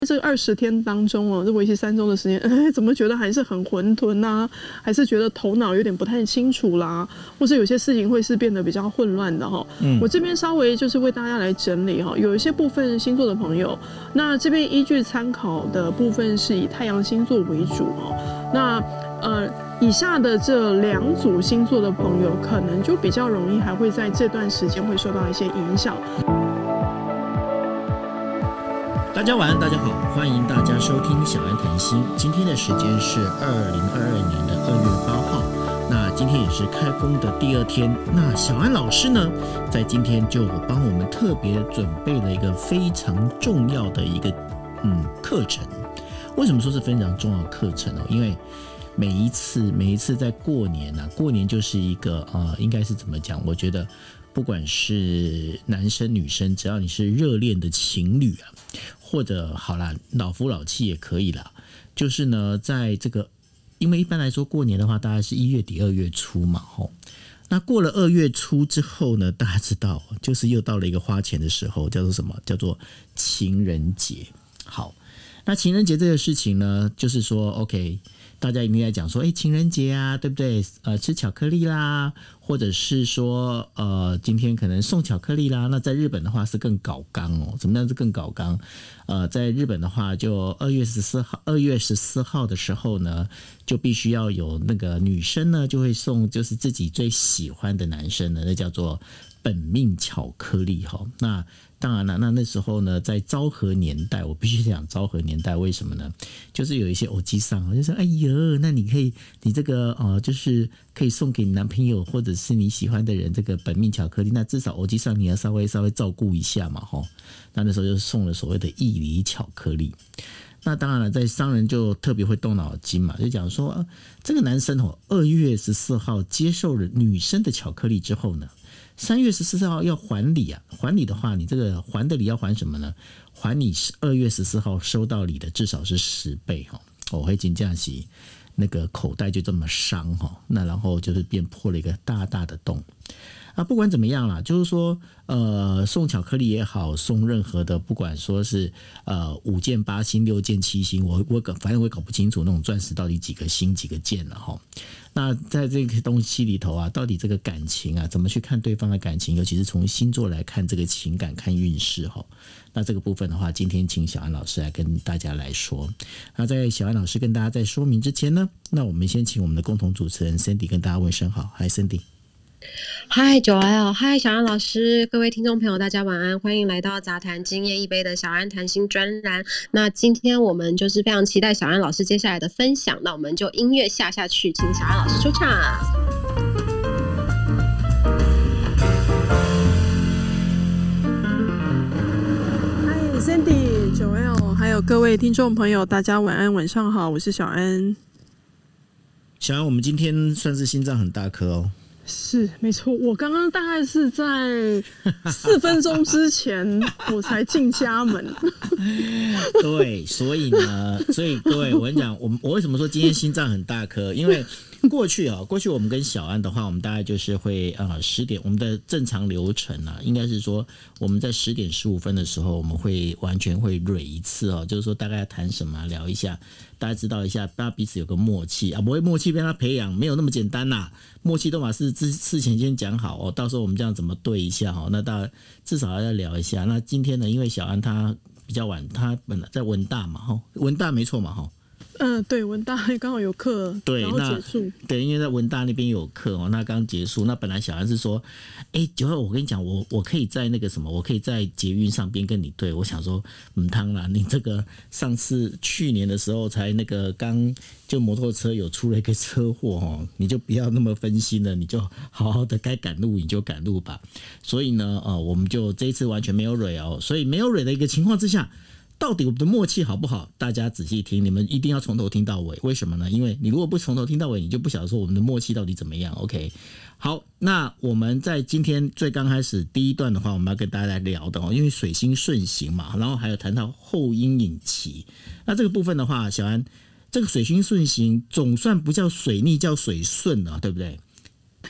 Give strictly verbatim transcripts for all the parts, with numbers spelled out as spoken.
这二十天当中哦，这为期三周的时间，哎，怎么觉得还是很混沌啊？还是觉得头脑有点不太清楚啦，或是有些事情会是变得比较混乱的哈。嗯，我这边稍微就是为大家来整理哈，有一些部分星座的朋友，那这边依据参考的部分是以太阳星座为主哦。那呃，以下的这两组星座的朋友，可能就比较容易还会在这段时间会受到一些影响。 大家晚安，大家好，欢迎大家收听小安谈心。今天的时间是二零二二年的二月八号，那今天也是开工的第二天。那小安老师呢，在今天就帮我们特别准备了一个非常重要的一个嗯课程。为什么说是非常重要的课程呢？因为每一次每一次在过年啊，过年就是一个呃，应该是怎么讲？我觉得不管是男生女生，只要你是热恋的情侣啊，或者好啦，老夫老妻也可以啦。就是呢，在这个，因为一般来说过年的话，大概是一月底二月初嘛，吼。那过了二月初之后呢，大家知道，就是又到了一个花钱的时候，叫做什么？叫做情人节。好，那情人节这个事情呢，就是说 ，OK。大家一定在讲说，哎，情人节啊，对不对？呃，吃巧克力啦，或者是说，呃，今天可能送巧克力啦。那在日本的话是更搞纲哦，怎么样是更搞纲？呃，在日本的话，就二月十四号，二月十四号的时候呢，就必须要有那个女生呢，就会送就是自己最喜欢的男生呢，那叫做本命巧克力哈。那当然了，那那时候呢，在昭和年代，我必须讲昭和年代，为什么呢？就是有一些欧吉桑，就说：“哎呦，那你可以，你这个呃，就是可以送给你男朋友或者是你喜欢的人这个本命巧克力，那至少欧吉桑你要稍微稍微照顾一下嘛，吼。那那时候就送了所谓的义理巧克力。那当然了，在商人就特别会动脑筋嘛，就讲说，呃、这个男生哦，二月十四号接受了女生的巧克力之后呢。三月十四号要还礼啊，还礼的话，你这个还的礼要还什么呢？还你二月十四号收到礼的至少是十倍哈。我会金价起那个口袋就这么伤哈，那然后就是变破了一个大大的洞。啊，不管怎么样啦，就是说，呃，送巧克力也好，送任何的，不管说是呃五件八星、六件七星，我我反正我也搞不清楚那种钻石到底几个星几个件了哈。那在这个东西里头啊，到底这个感情啊，怎么去看对方的感情，尤其是从星座来看这个情感、看运势哈。那这个部分的话，今天请小安老师来跟大家来说。那在小安老师跟大家在说明之前呢，那我们先请我们的共同主持人 Cindy 跟大家问声好。嗨 ，Cindy。 嗨，九 L， 嗨，小安老师，各位听众朋友，大家晚安，欢迎来到杂谈今夜一杯的小安谈心专栏。那今天我们就是非常期待小安老师接下来的分享，那我们就音乐下下去，请小安老师出场。 嗨 ，Cindy， 九 L， 还有各位听众朋友，大家晚安，晚上好，我是小安。 小安，我们今天算是心脏很大颗哦。 是没错，我刚刚大概是在四分钟之前我才进家门。 对，所以呢，所以各位，我跟你讲，我我为什么说今天心脏很大颗？因为过去啊，过去我们跟小安的话，我们大概就是会呃十点，我们的正常流程啊，应该是说我们在十点十五分的时候，我们会完全会蕊一次哦，就是说大概要谈什么，聊一下，大家知道一下，大家彼此有个默契啊，不会默契被他培养，没有那么简单呐、啊。默契都把事事前先讲好哦，到时候我们这样怎么对一下哈？那大家至少要聊一下。那今天呢，因为小安他比较晚，他本来在文大嘛哈，文大没错嘛哈。 嗯、呃，对，文大刚好有课， 对， 然后结束。 对，因为在文大那边有课哦，那刚结束。那本来小安是说，哎，九号，我跟你讲，我我可以在那个什么，我可以在捷运上边跟你对。我想说，嗯，汤啦，你这个上次去年的时候才那个刚就摩托车有出了一个车祸哦，你就不要那么分心了，你就好好的该赶路你就赶路吧。所以呢，呃，我们就这一次完全没有蕊哦，所以没有蕊的一个情况之下。到底我们的默契好不好？大家仔细听，你们一定要从头听到尾。为什么呢？因为你如果不从头听到尾，你就不晓得说我们的默契到底怎么样。OK， 好，那我们在今天最刚开始第一段的话，我们要跟大家来聊的哦，因为水星顺行嘛，然后还有谈到后阴影期。那这个部分的话，小安，这个水星顺行总算不叫水逆，叫水顺了，对不对？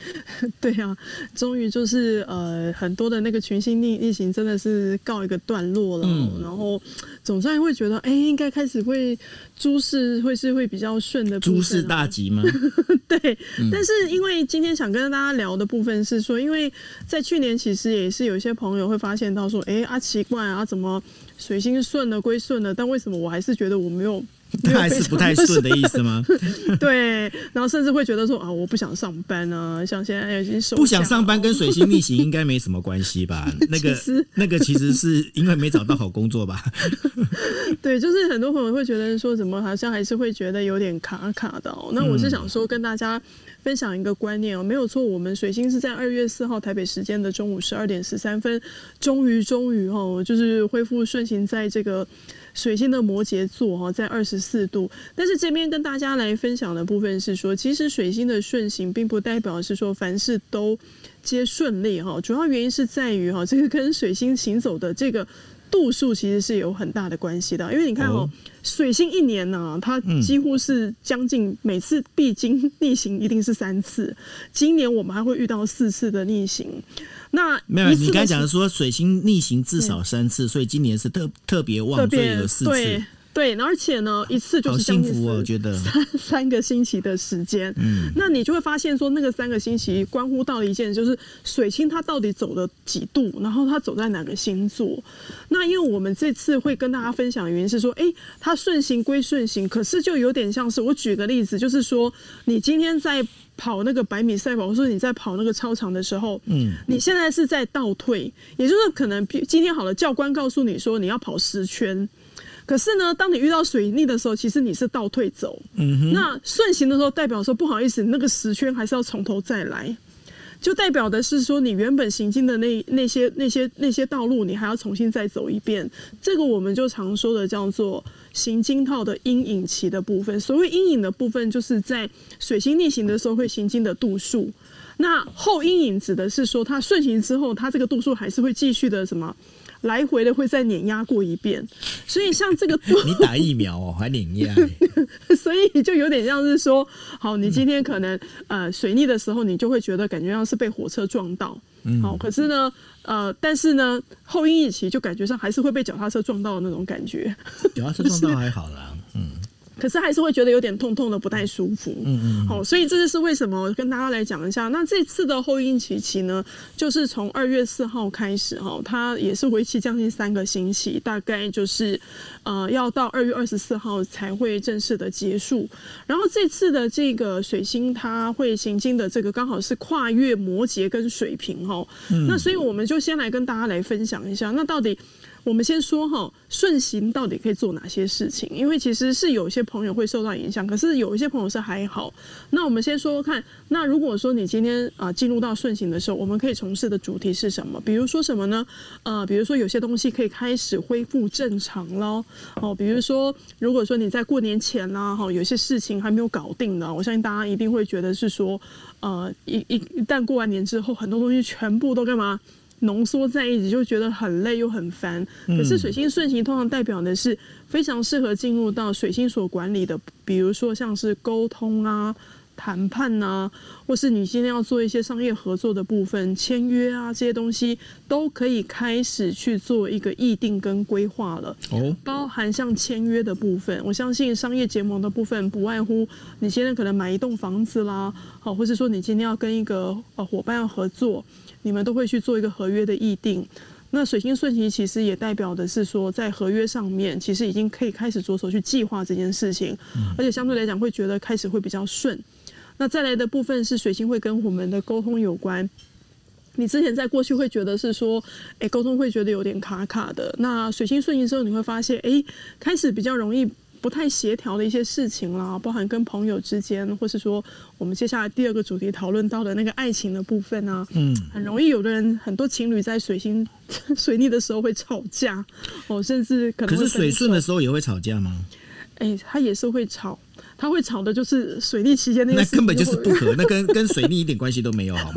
对啊，终于就是呃很多的那个群星逆逆行真的是告一个段落了，嗯、然后总算会觉得哎、欸，应该开始会诸事会是会比较顺的部分、啊， 诸事大吉吗？ 对、嗯，但是因为今天想跟大家聊的部分是说，因为在去年其实也是有一些朋友会发现到说，哎、欸、啊奇怪啊，怎么水星顺了归顺了，但为什么我还是觉得我没有？ 他还是不太顺的意思吗？ 对，然后甚至会觉得说啊，我不想上班啊，像现在已经收不想上班跟水星逆行应该没什么关系吧？那个那个其实是因为没找到好工作吧？ 对，就是很多朋友会觉得说，怎么好像还是会觉得有点卡卡的哦。那我是想说跟大家分享一个观念哦，没有错，我们水星是在二月四号台北时间的中午十二点十三分，终于终于哦，就是恢复顺行在这个。水星的摩羯座在二十四度，但是这边跟大家来分享的部分是说，其实水星的顺行并不代表是说凡事都皆顺利哈，主要原因是在于哈，这个跟水星行走的这个度数其实是有很大的关系的，因为你看哦，水星一年呢、啊，它几乎是将近每次必经逆行一定是三次，今年我们还会遇到四次的逆行。那没有，你刚才讲的说水星逆行至少三次，嗯、所以今年是特特别旺，所以有四次。 对对，而且呢，一次就是将近好幸福哦，我觉得三三个星期的时间。嗯，那你就会发现说，那个三个星期关乎到一件，就是水星它到底走了几度，然后它走在哪个星座。那因为我们这次会跟大家分享的原因是说，哎，它顺行归顺行，可是就有点像是我举个例子，就是说你今天在跑那个百米赛跑，或者你在跑那个操场的时候，嗯，你现在是在倒退，也就是可能今天好了，教官告诉你说你要跑十圈。可是呢，当你遇到水逆的时候，其实你是倒退走。嗯哼。那顺行的时候，代表说不好意思，那个十圈还是要从头再来，就代表的是说，你原本行进的那那些那些那些道路，你还要重新再走一遍。这个我们就常说的叫做行经套的阴影期的部分。所谓阴影的部分，就是在水星逆行的时候会行经的度数。那后阴影指的是说，它顺行之后，它这个度数还是会继续的什么？来回的会再碾压过一遍，所以像这个你打疫苗哦，还碾压， 所以就有点像是说，好，你今天可能呃水逆的时候，你就会觉得感觉像是被火车撞到，嗯、好，可是呢，呃，但是呢，后阴影期就感觉上还是会被脚踏车撞到的那种感觉， 脚踏车撞到还好啦，嗯。 可是还是会觉得有点痛痛的，不太舒服。嗯嗯。好，所以这就是为什么跟大家来讲一下。那这次的后阴期期呢，就是从二月四号开始哈，它也是为期将近三个星期，大概就是呃要到二月二十四号才会正式的结束。然后这次的这个水星它会行经的这个刚好是跨越摩羯跟水瓶哈。嗯。那所以我们就先来跟大家来分享一下，那到底。我们先说哈，顺行到底可以做哪些事情？因为其实是有些朋友会受到影响，可是有一些朋友是还好。那我们先说说看，那如果说你今天啊进入到顺行的时候，我们可以从事的主题是什么？比如说什么呢？呃，比如说有些东西可以开始恢复正常咯。哦，比如说如果说你在过年前啦，哈，有些事情还没有搞定的，我相信大家一定会觉得是说，呃，一一一旦过完年之后，很多东西全部都干嘛？浓缩在一起，就觉得很累又很烦。可是水星顺行通常代表的是非常适合进入到水星所管理的，比如说像是沟通啊、谈判啊，或是你今天要做一些商业合作的部分、签约啊这些东西，都可以开始去做一个议定跟规划了。哦，包含像签约的部分，我相信商业结盟的部分，不外乎你今天可能买一栋房子啦，好，或是说你今天要跟一个呃伙伴要合作。你们都会去做一个合约的议定，那水星顺行其实也代表的是说，在合约上面其实已经可以开始着手去计划这件事情，嗯、而且相对来讲会觉得开始会比较顺。那再来的部分是水星会跟我们的沟通有关。你之前在过去会觉得是说，哎，沟通会觉得有点卡卡的。那水星顺行之后，你会发现，哎，开始比较容易。不太协调的一些事情啦，包含跟朋友之间，或是说我们接下来第二个主题讨论到的那个爱情的部分啊，嗯，很容易有的人很多情侣在水星水逆的时候会吵架，哦，甚至可能会。 可是水顺的时候也会吵架吗？ 哎、欸，他也是会吵，他会吵的就是水逆期间那个。 那根本就是不合，那跟跟水逆一点关系都没有，好吗？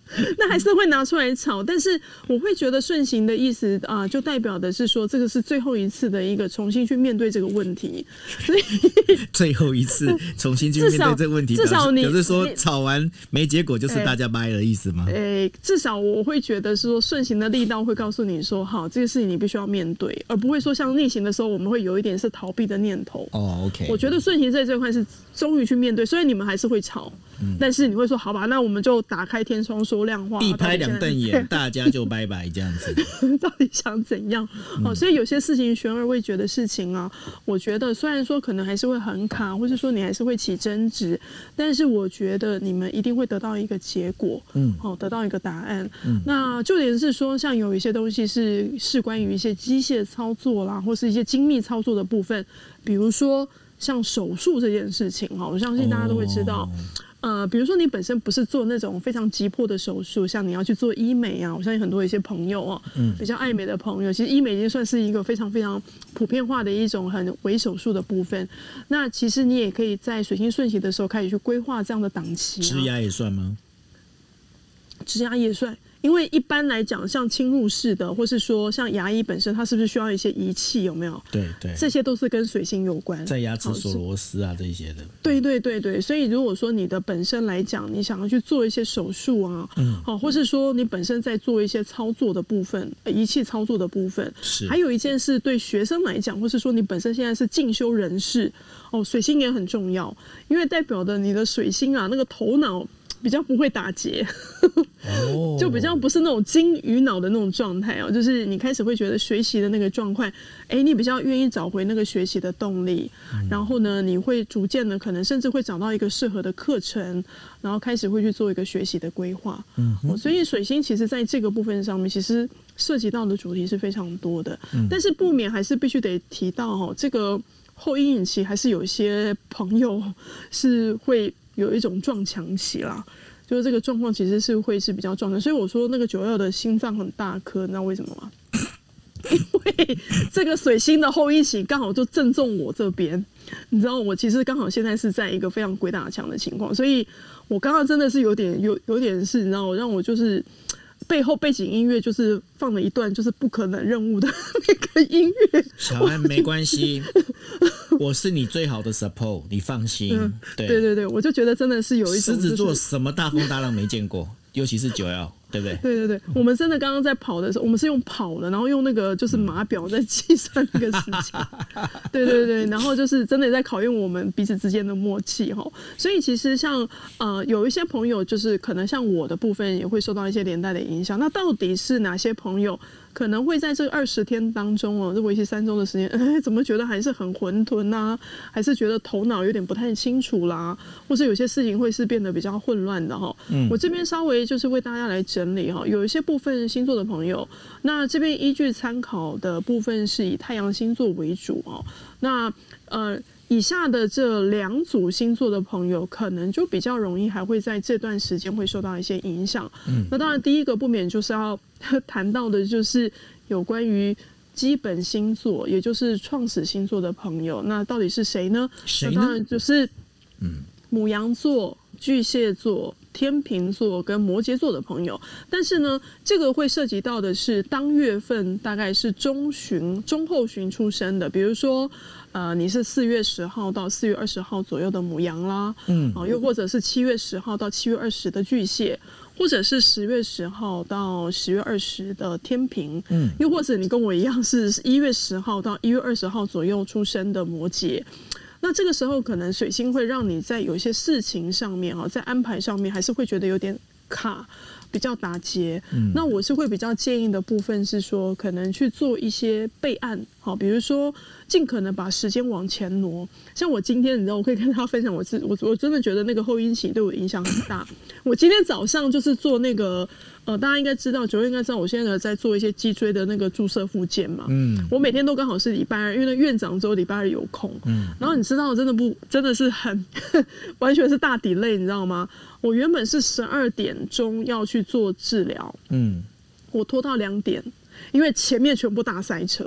那还是会拿出来吵。但是我会觉得顺行的意思啊、呃，就代表的是说这个是最后一次的一个重新去面对这个问题，所以最后一次重新去面对这个问题， 至少你就是说吵完没结果就是大家掰了意思吗？ 诶、欸，至少我会觉得是说顺行的力道会告诉你说，好，这个事情你必须要面对，而不会说像逆行的时候我们会有一点是逃避的念头。 哦 ，OK， 我觉得顺行在这块是终于去面对，虽然你们还是会吵，嗯、但是你会说好吧，那我们就打开天窗说亮话， 一拍两瞪眼，大家就拜拜这样子。 到底想怎样？哦，所以有些事情悬而未决的事情啊，我觉得虽然说可能还是会很卡，或是说你还是会起争执，但是我觉得你们一定会得到一个结果，嗯，哦，得到一个答案。嗯，那就连是说，像有一些东西是是关于一些机械操作啦，或是一些精密操作的部分，比如说像手术这件事情哈，我相信大家都会知道。哦呃，比如说你本身不是做那种非常急迫的手术，像你要去做医美啊，我相信很多一些朋友啊，嗯，比较爱美的朋友，其实医美已经算是一个非常非常普遍化的一种很微手术的部分。那其实你也可以在水星顺行的时候开始去规划这样的档期、啊。 植牙也算吗？ 植牙也算。因为一般来讲，像侵入式的，或是说像牙医本身，它是不是需要一些仪器？有没有？ 对对， 这些都是跟水星有关， 在牙齿锁螺丝啊这些的。 对对对对，所以如果说你的本身来讲，你想要去做一些手术啊，嗯，好，或是说你本身在做一些操作的部分，呃、仪器操作的部分， 是。还有一件事对学生来讲，或是说你本身现在是进修人士，哦，水星也很重要，因为代表的你的水星啊，那个头脑比较不会打结。哦，就比较不是那种金鱼脑的那种状态哦，就是你开始会觉得学习的那个状况，哎，你比较愿意找回那个学习的动力，嗯、然后呢，你会逐渐的可能甚至会找到一个适合的课程，然后开始会去做一个学习的规划。嗯、哦，所以水星其实在这个部分上面，其实涉及到的主题是非常多的，嗯、但是不免还是必须得提到哦，这个后阴影期还是有一些朋友是会有一种撞墙期啦。就是这个状况其实是会是比较壮的，所以我说那个九二的心脏很大颗，你知道为什么吗？因为这个水星的后一期刚好就正中我这边，你知道我其实刚好现在是在一个非常鬼打墙的情况，所以我刚刚真的是有点有有点是，你知道，让我就是背后背景音乐就是放了一段就是不可能任务的那个音乐。 小安没关系。我是你最好的 support， 你放心。嗯、对对对对，我就觉得真的是有一种、就是、 狮子座什么大风大浪没见过，尤其是九幺，对不对？ 对对对，我们真的刚刚在跑的时候，我们是用跑的，然后用那个就是码表在计算那个时间。对对对，然后就是真的在考验我们彼此之间的默契哈。所以其实像呃有一些朋友，就是可能像我的部分也会受到一些连带的影响。那到底是哪些朋友？可能会在这二十天当中哦，这为期三周的时间，哎，怎么觉得还是很混沌啊？还是觉得头脑有点不太清楚啦？或是有些事情会是变得比较混乱的哈。嗯，我这边稍微就是为大家来整理哈，有一些部分星座的朋友，那这边依据参考的部分是以太阳星座为主哦。那呃。以下的这两组星座的朋友，可能就比较容易还会在这段时间会受到一些影响。嗯，那当然第一个不免就是要谈到的，就是有关于基本星座，也就是创始星座的朋友。那到底是谁呢？ 谁呢？ 那当然就是嗯，牡羊座、巨蟹座、天秤座跟摩羯座的朋友。但是呢，这个会涉及到的是当月份大概是中旬、中后旬出生的，比如说。呃，你是四月十号到四月二十号左右的牡羊啦，嗯，啊，又或者是七月十号到七月二十的巨蟹，或者是十月十号到十月二十的天秤，嗯，又或者你跟我一样是一月十号到一月二十号左右出生的摩羯。那这个时候，可能水星会让你在有一些事情上面啊，在安排上面还是会觉得有点卡。比较打结，嗯、那我是会比较建议的部分是说，可能去做一些备案，好，比如说尽可能把时间往前挪。像我今天，你知道，我可以跟大家分享我自我我真的觉得那个后阴期对我影响很大。我今天早上就是做那个，呃，大家应该知道，九月应该知道，我现在在做一些脊椎的那个注射复健嘛。嗯，我每天都刚好是礼拜二，因为那院长只有礼拜二有空。嗯，然后你知道，真的不真的是很完全是大delay，你知道吗？我原本是十二点钟要去做治疗，嗯，我拖到两点，因为前面全部大塞车，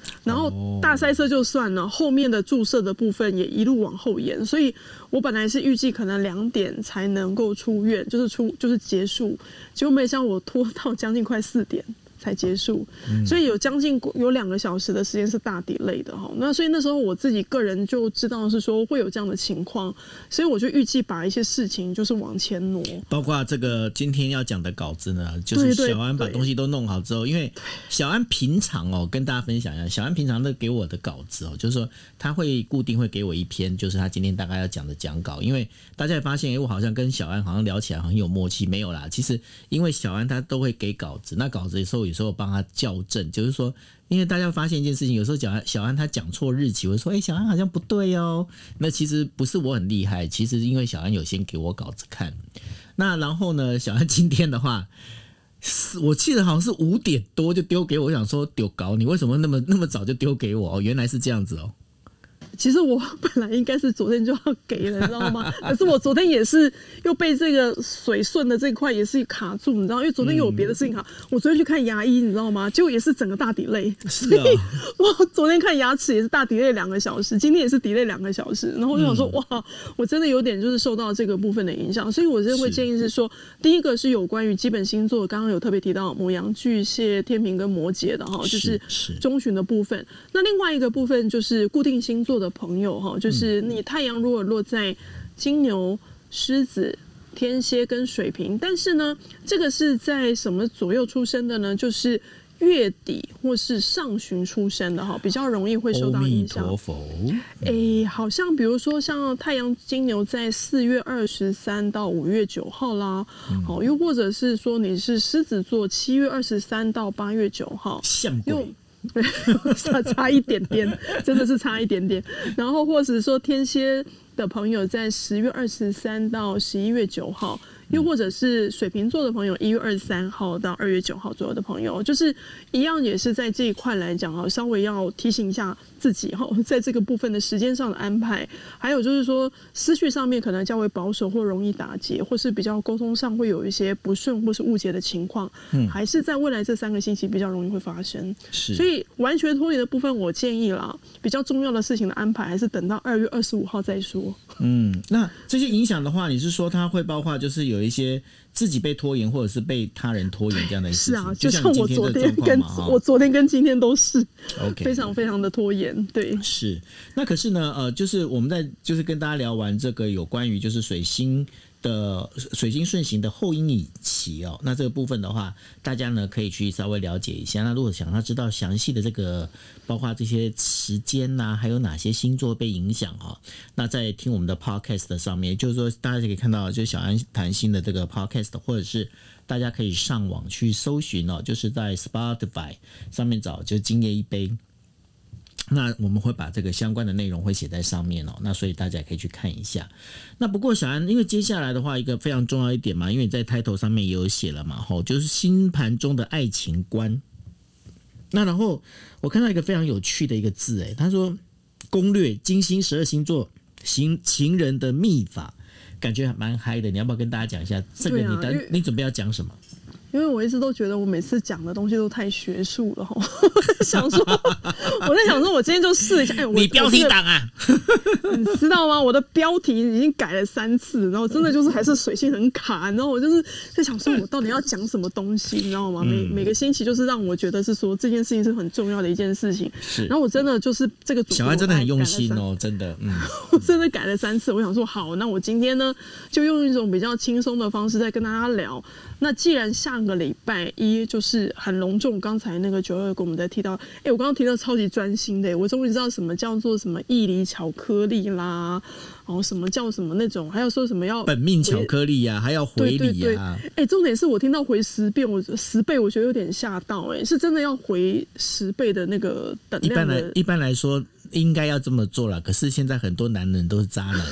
然后大塞车就算了，后面的注射的部分也一路往后延，所以我本来是预计可能两点才能够出院，就是出就是结束，结果没想到我拖到将近快四点才结束，所以有将近有两个小时的时间是大 delay 的哈。那所以那时候我自己个人就知道是说会有这样的情况，所以我就预计把一些事情就是往前挪， 包括这个今天要讲的稿子呢，就是小安把东西都弄好之后，因为小安平常哦跟大家分享一下，小安平常的给我的稿子哦，就是说他会固定会给我一篇，就是他今天大概要讲的讲稿，因为大家也发现，哎，我好像跟小安好像聊起来很有默契，没有啦，其实因为小安他都会给稿子，那稿子有时候有时候帮他校正，就是说，因为大家发现一件事情，有时候小安小安他讲错日期，我说，哎、欸，小安好像不对哦。那其实不是我很厉害，其实因为小安有先给我稿子看。那然后呢，小安今天的话，我记得好像是五点多就丢给我，我想说丢稿，你为什么那么那么早就丢给我？哦，原来是这样子哦。 其实我本来应该是昨天就要给了，你知道吗？可是我昨天也是又被这个水顺的这块也是卡住，你知道，因为昨天又有别的事情卡。我昨天去看牙医，你知道吗？结果也是整个大 delay， 所以我昨天看牙齿也是大 delay 两个小时，今天也是 delay 两个小时。然后我就想说，哇，我真的有点就是受到这个部分的影响，所以我真的会建议是说，第一个是有关于基本星座，刚刚有特别提到牡羊、巨蟹、天秤跟摩羯的哈，就是中旬的部分。那另外一个部分就是固定星座的朋友哈，就是你太阳如果落在金牛、狮子、天蝎跟水瓶，但是呢，这个是在什么左右出生的呢？就是月底或是上旬出生的哈，比较容易会受到影响。阿弥陀佛。哎，好像比如说像太阳金牛在四月二十三到五月九号啦，好、嗯，又或者是说你是狮子座，七月二十三到八月九号， 像鬼。 差差一点点，真的是差一点点。然后或者说天蝎的朋友在十月二十三到十一月九号，又或者是水瓶座的朋友一月二十三号到二月九号左右的朋友，就是一样也是在这一块来讲啊，稍微要提醒一下自己哈，在这个部分的时间上的安排，还有就是说思绪上面可能较为保守或容易打结，或是比较沟通上会有一些不顺或是误解的情况，嗯，还是在未来这三个星期比较容易会发生。是，所以完全脱离的部分，我建议啦，比较重要的事情的安排还是等到二月二十五号再说。 嗯，那这些影响的话，你是说它会包括就是有一些自己被拖延，或者是被他人拖延这样的事情？是啊， 就像我昨天跟我昨天跟今天都是 ，OK， 非常非常的拖延。对， 是。那可是呢，呃，就是我们在就是跟大家聊完这个有关于就是水星的水星顺行的后阴影期哦，那这个部分的话，大家呢可以去稍微了解一下。那如果想要知道详细的这个，包括这些时间呐、啊，还有哪些星座被影响哈、哦，那在听我们的 podcast 的上面，就是说大家可以看到，就是小安谈心的这个 podcast， 或者是大家可以上网去搜寻哦，就是在 Spotify 上面找，就是今夜一杯。那我们会把这个相关的内容会写在上面哦，那所以大家也可以去看一下。那不过小安，因为接下来的话，一个非常重要一点嘛，因为你在 title 上面也有写了嘛，吼，就是星盘中的爱情观。那然后我看到一个非常有趣的一个字，哎，他说攻略金星十二星座情情人的秘法，感觉蛮嗨的。你要不要跟大家讲一下这个你的、啊、你准备要讲什么？ 因为我一直都觉得我每次讲的东西都太学术了，想说，我在想说，我今天就试一下。哎， 你标题党啊， 你知道吗？我的标题已经改了三次，然后真的就是还是水星很卡，然后我就是在想说，我到底要讲什么东西，你知道吗？每每个星期就是让我觉得是说这件事情是很重要的一件事情。然后我真的就是这个主小安真的很用心哦，真的，嗯， 我真的改了三次。我想说，好，那我今天呢，就用一种比较轻松的方式再跟大家聊。那既然下个礼拜一就是很隆重，刚才那个九二跟我们在提到，哎、欸，我刚刚提到超级专心的，我终于知道什么叫做什么义理巧克力啦，然后什么叫什么那种，还有说什么要本命巧克力啊，还要回礼啊。 哎、欸，重点是我听到回十遍，我十倍，我觉得有点吓到、欸，哎，是真的要回十倍的那个等量的。 一般来一般来说应该要这么做啦，可是现在很多男人都是渣男。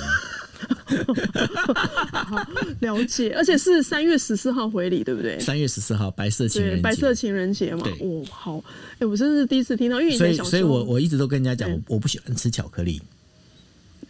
好了解，而且是三月十四号回礼，对不对？ 三月十四号白色情人节， 白色情人节嘛。哦，好，哎、欸，我真的是第一次听到，因为你所以，所以我我一直都跟人家讲，我我不喜欢吃巧克力。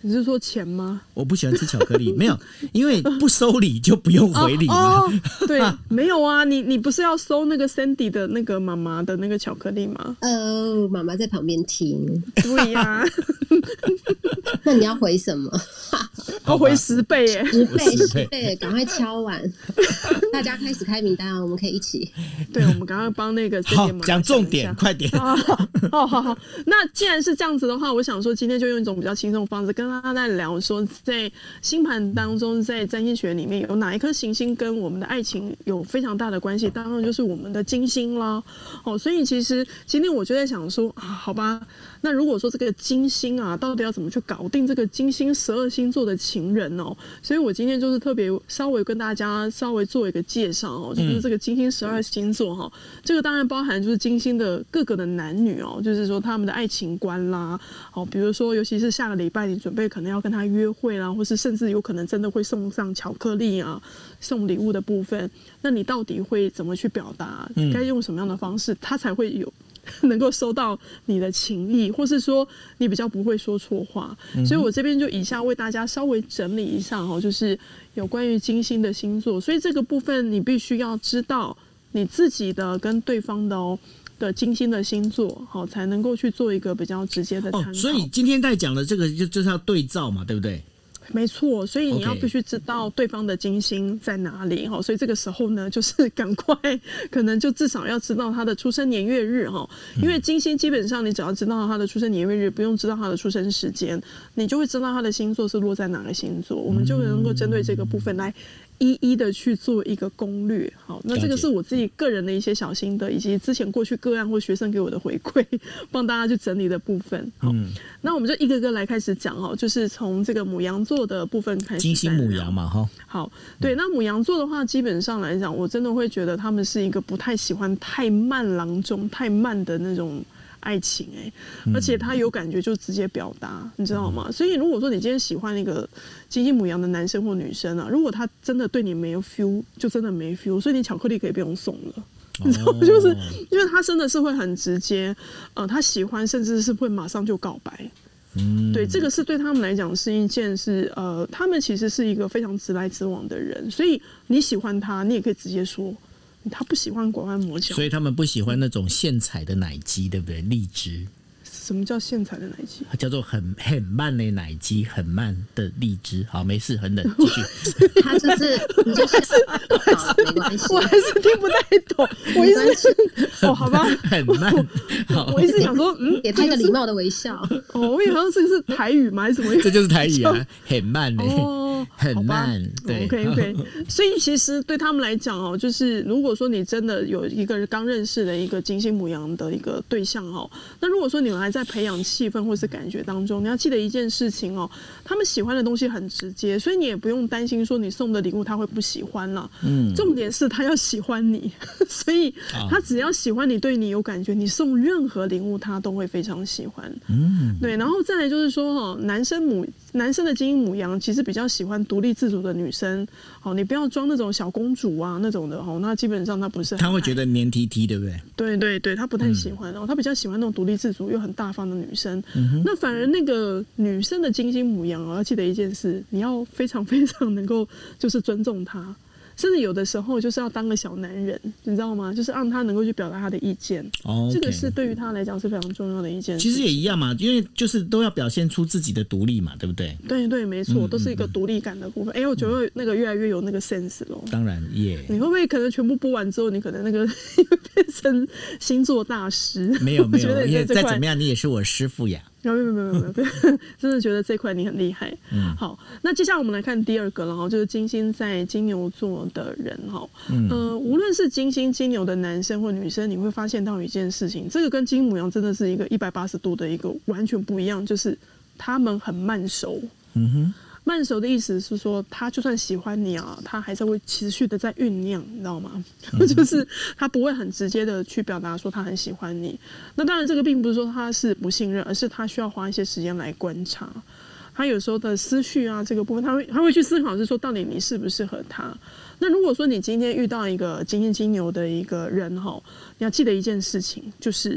你是说钱吗？ 我不喜欢吃巧克力，没有，因为不收礼就不用回礼嘛。 哦哦、对，没有啊，你你不是要收那个 Sandy 的那个妈妈的那个巧克力吗？ 哦，妈妈在旁边听。 对呀、啊， 那你要回什么？ 要回十倍耶， 十倍十倍，赶快敲完，大家开始开名单啊，我们可以一起。 对，我们刚刚帮那个好讲重点，快点。 好好好好，那既然是这样子的话，我想说今天就用一种比较轻松的方式跟大家在聊说，在星盘当中，在占星学里面有哪一颗行星跟我们的爱情有非常大的关系？当然就是我们的金星啦。哦，所以其实今天我就在想说，啊，好吧，那如果说这个金星啊，到底要怎么去搞定这个金星十二星座的情人哦？所以我今天就是特别稍微跟大家稍微做一个介绍哦，就是这个金星十二星座哈、哦，这个当然包含就是金星的各个的男女哦，就是说他们的爱情观啦，哦，比如说尤其是下个礼拜你准备可能要跟他约会啦，或是甚至有可能真的会送上巧克力啊，送礼物的部分，那你到底会怎么去表达？该用什么样的方式，他才会有能够收到你的情意，或是说你比较不会说错话、嗯、所以我这边就以下为大家稍微整理一下哦，就是有关于金星的星座，所以这个部分你必须要知道你自己的跟对方的哦的金星的星座，好才能够去做一个比较直接的参考、哦、 所以今天在讲的这个就就是要对照嘛，对不对？ 没错，所以你要必须知道对方的金星在哪里哈， okay. 所以这个时候呢，就是赶快，可能就至少要知道他的出生年月日哈，因为金星基本上你只要知道他的出生年月日，不用知道他的出生时间，你就会知道他的星座是落在哪个星座，我们就能够针对这个部分来一一的去做一个攻略。好，那这个是我自己个人的一些小心得，以及之前过去个案或学生给我的回馈，帮大家去整理的部分。好，嗯、那我们就一个个来开始讲哈，就是从这个牡羊座的部分开始。 金星牡羊嘛，哈。好， 对，那牡羊座的话，基本上来讲，我真的会觉得他们是一个不太喜欢太慢郎中、太慢的那种爱情哎、欸，而且他有感觉就直接表达，你知道吗？所以如果说你今天喜欢那个金星牡羊的男生或女生啊，如果他真的对你没有 feel， 就真的没 feel， 所以你巧克力可以不用送了。你知道吗？就是因为他真的是会很直接，呃，他喜欢甚至是会马上就告白。嗯，对，这个是对他们来讲是一件是呃，他们其实是一个非常直来直往的人，所以你喜欢他，你也可以直接说。他不喜欢拐弯抹角， 所以他们不喜欢那种现采的奶鸡，对不对？荔枝。 什么叫现采的奶鸡？ 它叫做很很慢的奶鸡，很慢的荔枝。好，没事，很冷，继续。 他就是你就是好，没关系。 我还是听不太懂。我一直哦，好吧， 很慢。 我, 我一直想说，嗯， 给他一个礼貌的微笑。 哦，我以为好像这个是台语吗？还是什么？ 这就是台语啊，很慢嘞、欸。哦，很慢。对 ，OK OK。所以其实对他们来讲哦，就是如果说你真的有一个刚认识的一个金星牡羊的一个对象哦，那如果说你们还在培养气氛或是感觉当中，你要记得一件事情哦，他们喜欢的东西很直接，所以你也不用担心说你送的礼物他会不喜欢啦。嗯，重点是他要喜欢你，所以他只要喜欢你，对你有感觉，你送任何礼物他都会非常喜欢。嗯，对，然后再来就是说哈，男生母男生的金星牡羊其实比较喜欢独立自主的女生，好，你不要装那种小公主啊那种的哈，那基本上他不是很他会觉得黏 T T， 对不对？对对对，他不太喜欢，然后他比较喜欢那种独立自主又很大方的女生。嗯、那反而那个女生的金星牡羊啊，要记得一件事，你要非常非常能够就是尊重她。甚至有的时候就是要当个小男人，你知道吗？就是让他能够去表达他的意见。哦、okay ，这个是对于他来讲是非常重要的一件事。 其实也一样嘛，因为就是都要表现出自己的独立嘛，对不对？ 对对，没错，嗯、都是一个独立感的部分。哎、嗯欸，我觉得那个越来越有那个 sense 咯。 当然耶。 你会不会可能全部播完之后，你可能那个变成星座大师？ 没有没有，因为再怎么样你也是我师父呀。 没有没有没有没有，真的觉得这块你很厉害。嗯，好，那接下来我们来看第二个了哈，就是金星在金牛座的人哈。嗯，呃，无论是金星金牛的男生或女生，你会发现到一件事情，这个跟金牡羊真的是一个一百八十度的一个完全不一样，就是他们很慢熟。嗯哼。慢熟的意思是说，他就算喜欢你啊，他还是会持续的在酝酿，你知道吗？嗯、就是他不会很直接的去表达说他很喜欢你。那当然，这个并不是说他是不信任，而是他需要花一些时间来观察。他有时候的思绪啊，这个部分他会他会去思考，是说到底你适不适合他。那如果说你今天遇到一个金星金牛的一个人哈，你要记得一件事情，就是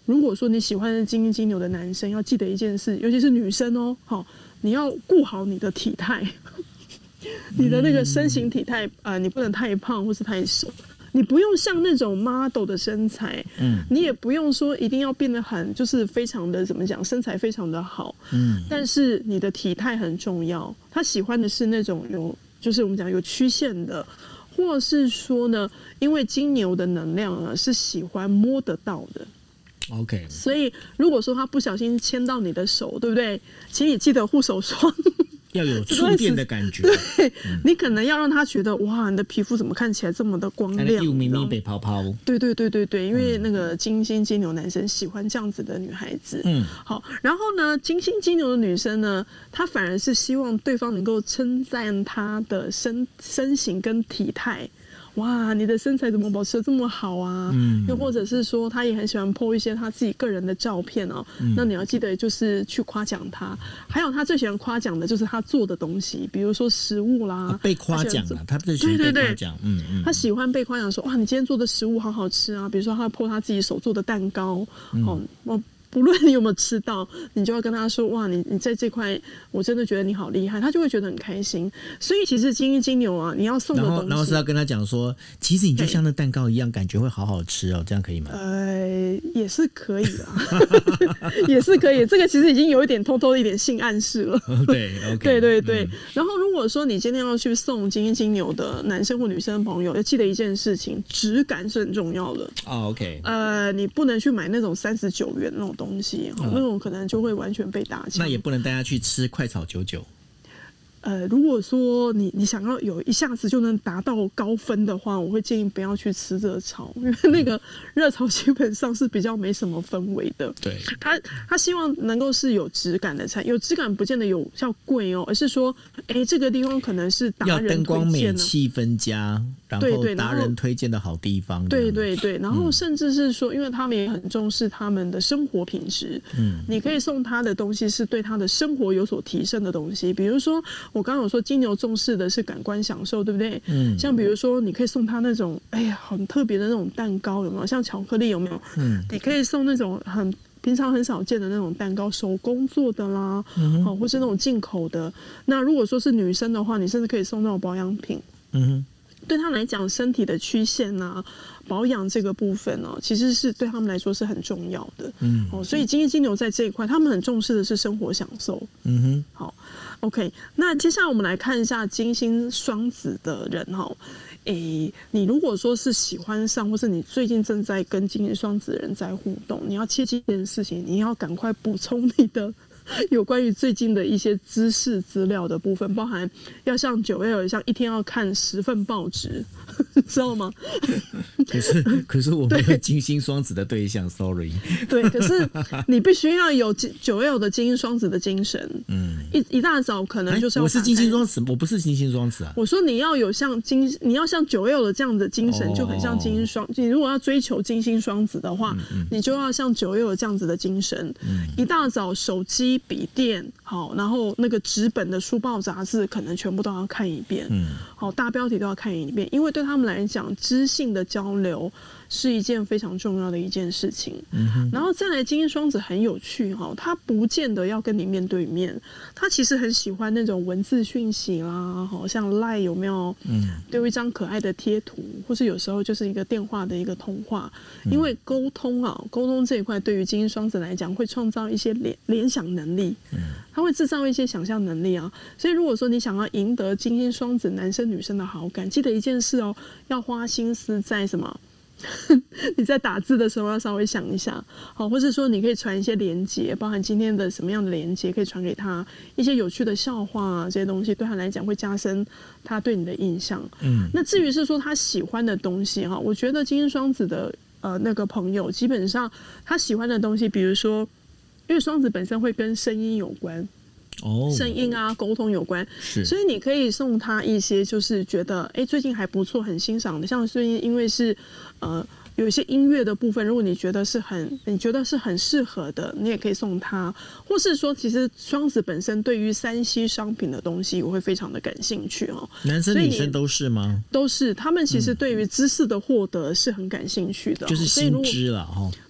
如果说你喜欢的金星金牛的男生，要记得一件事，尤其是女生哦，好，你要顾好你的体态，你的那个身形体态，呃，你不能太胖或是太瘦。你不用像那种 model 的身材，嗯，你也不用说一定要变得很就是非常的怎么讲，身材非常的好，嗯，但是你的体态很重要。他喜欢的是那种有，就是我们讲有曲线的，或是说呢，因为金牛的能量啊是喜欢摸得到的。 OK， 所以如果说他不小心牵到你的手，对不对？请你记得护手霜。 要有触电的感觉， 对、嗯、你可能要让他觉得哇，你的皮肤怎么看起来这么的光亮？ 又咪咪被泡泡。 对对对对对，因为那个金星金牛男生喜欢这样子的女孩子。嗯，好，然后呢，金星金牛的女生呢，她反而是希望对方能够称赞她的身身形跟体态。哇，你的身材怎么保持得这么好啊？嗯，又或者是说，他也很喜欢 po 一些他自己个人的照片哦。嗯、那你要记得，就是去夸奖他。还有，他最喜欢夸奖的就是他做的东西，比如说食物啦， 啊、被夸奖啊，他最喜欢被夸奖。嗯嗯， 他喜欢被夸奖说，哇，你今天做的食物好好吃啊！比如说，他 po 他自己手做的蛋糕，嗯、哦，我。不论你有没有吃到，你就要跟他说哇，你你在这块，我真的觉得你好厉害，他就会觉得很开心。所以其实金星金牛啊，你要送的东西， 然后然后是要跟他讲说，其实你就像那蛋糕一样，感觉会好好吃哦，这样可以吗？ 呃，也是可以啦，也是可以。这个其实已经有一点偷偷的一点性暗示了。 对， okay, 对对对、嗯。然后如果说你今天要去送金星金牛的男生或女生朋友，要记得一件事情，质感是很重要的。 哦 ，OK。 呃，你不能去买那种三十九元那种东西，嗯、那种可能就会完全被打枪。 那也不能带他去吃快炒九九。 呃，如果说你你想要有一下子就能达到高分的话，我会建议不要去吃热炒，因为那个热炒基本上是比较没什么氛围的。 对， 他他希望能够是有质感的菜，有质感不见得有叫贵哦，而是说，哎，这个地方可能是达人推荐的， 要灯光美、气氛佳，然后达人推荐的好地方。 对对对，然后甚至是说，因为他们也很重视他们的生活品质，嗯，你可以送他的东西是对他的生活有所提升的东西，比如说。我刚刚有说金牛重视的是感官享受，对不对？嗯，像比如说你可以送他那种哎呀很特别的那种蛋糕，有没有？像巧克力有没有？嗯，你可以送那种很平常很少见的那种蛋糕，手工做的啦，嗯，或是那种进口的。那如果说是女生的话，你甚至可以送那种保养品。嗯哼。对他们来讲，身体的曲线啊，保养这个部分哦，其实是对他们来说是很重要的。嗯，哦，所以金星金牛在这一块，他们很重视的是生活享受。嗯哼，好 ，OK。那接下来我们来看一下金星双子的人哈，诶，你如果说是喜欢上，或是你最近正在跟金星双子的人在互动，你要切记一件事情，你要赶快补充你的。有关于最近的一些知识资料的部分，包含要像九 L 像一天要看十份报纸，知道吗？ 可是可是我没有金星双子的对象 ，sorry。 对，可是你必须要有九 L 的金星双子的精神。嗯，一一大早可能就是要、 欸、我是金星双子，我不是金星双子啊。 我说你要有像金，你要像九 L 的这样的精神，就很像金星双。你如果要追求金星双子的话，嗯嗯你就要像九 L 这样子的精神。嗯、一大早手机。笔电好，然后那个纸本的书报杂志可能全部都要看一遍，嗯，好，大标题都要看一遍，因为对他们来讲，知性的交流是一件非常重要的一件事情。嗯、然后再来，金星双子很有趣哈，他不见得要跟你面对面，他其实很喜欢那种文字讯息啦，好像 Line 有没有，嗯，丢一张可爱的贴图，或是有时候就是一个电话的一个通话，因为沟通啊，沟通这一块对于金星双子来讲，会创造一些联联想能力。嗯，他会制造一些想象能力啊，所以如果说你想要赢得金星双子男生女生的好感，记得一件事哦，要花心思在什么？你在打字的时候要稍微想一下，好，或者说你可以传一些连结，包含今天的什么样的连结可以传给他，一些有趣的笑话啊，这些东西对他来讲会加深他对你的印象。嗯，那至于是说他喜欢的东西哈，我觉得金星双子的呃那个朋友，基本上他喜欢的东西，比如说。因为双子本身会跟声音有关，哦，声音啊、沟通有关，所以你可以送他一些就是觉得哎最近还不错、很欣赏的，像最近因为是呃有一些音乐的部分，如果你觉得是很你觉得是很适合的，你也可以送他，或是说其实双子本身对于三 C 商品的东西，我会非常的感兴趣哦。 男生女生都是吗？ 都是，他们其实对于知识的获得是很感兴趣的， 就是新知了哈。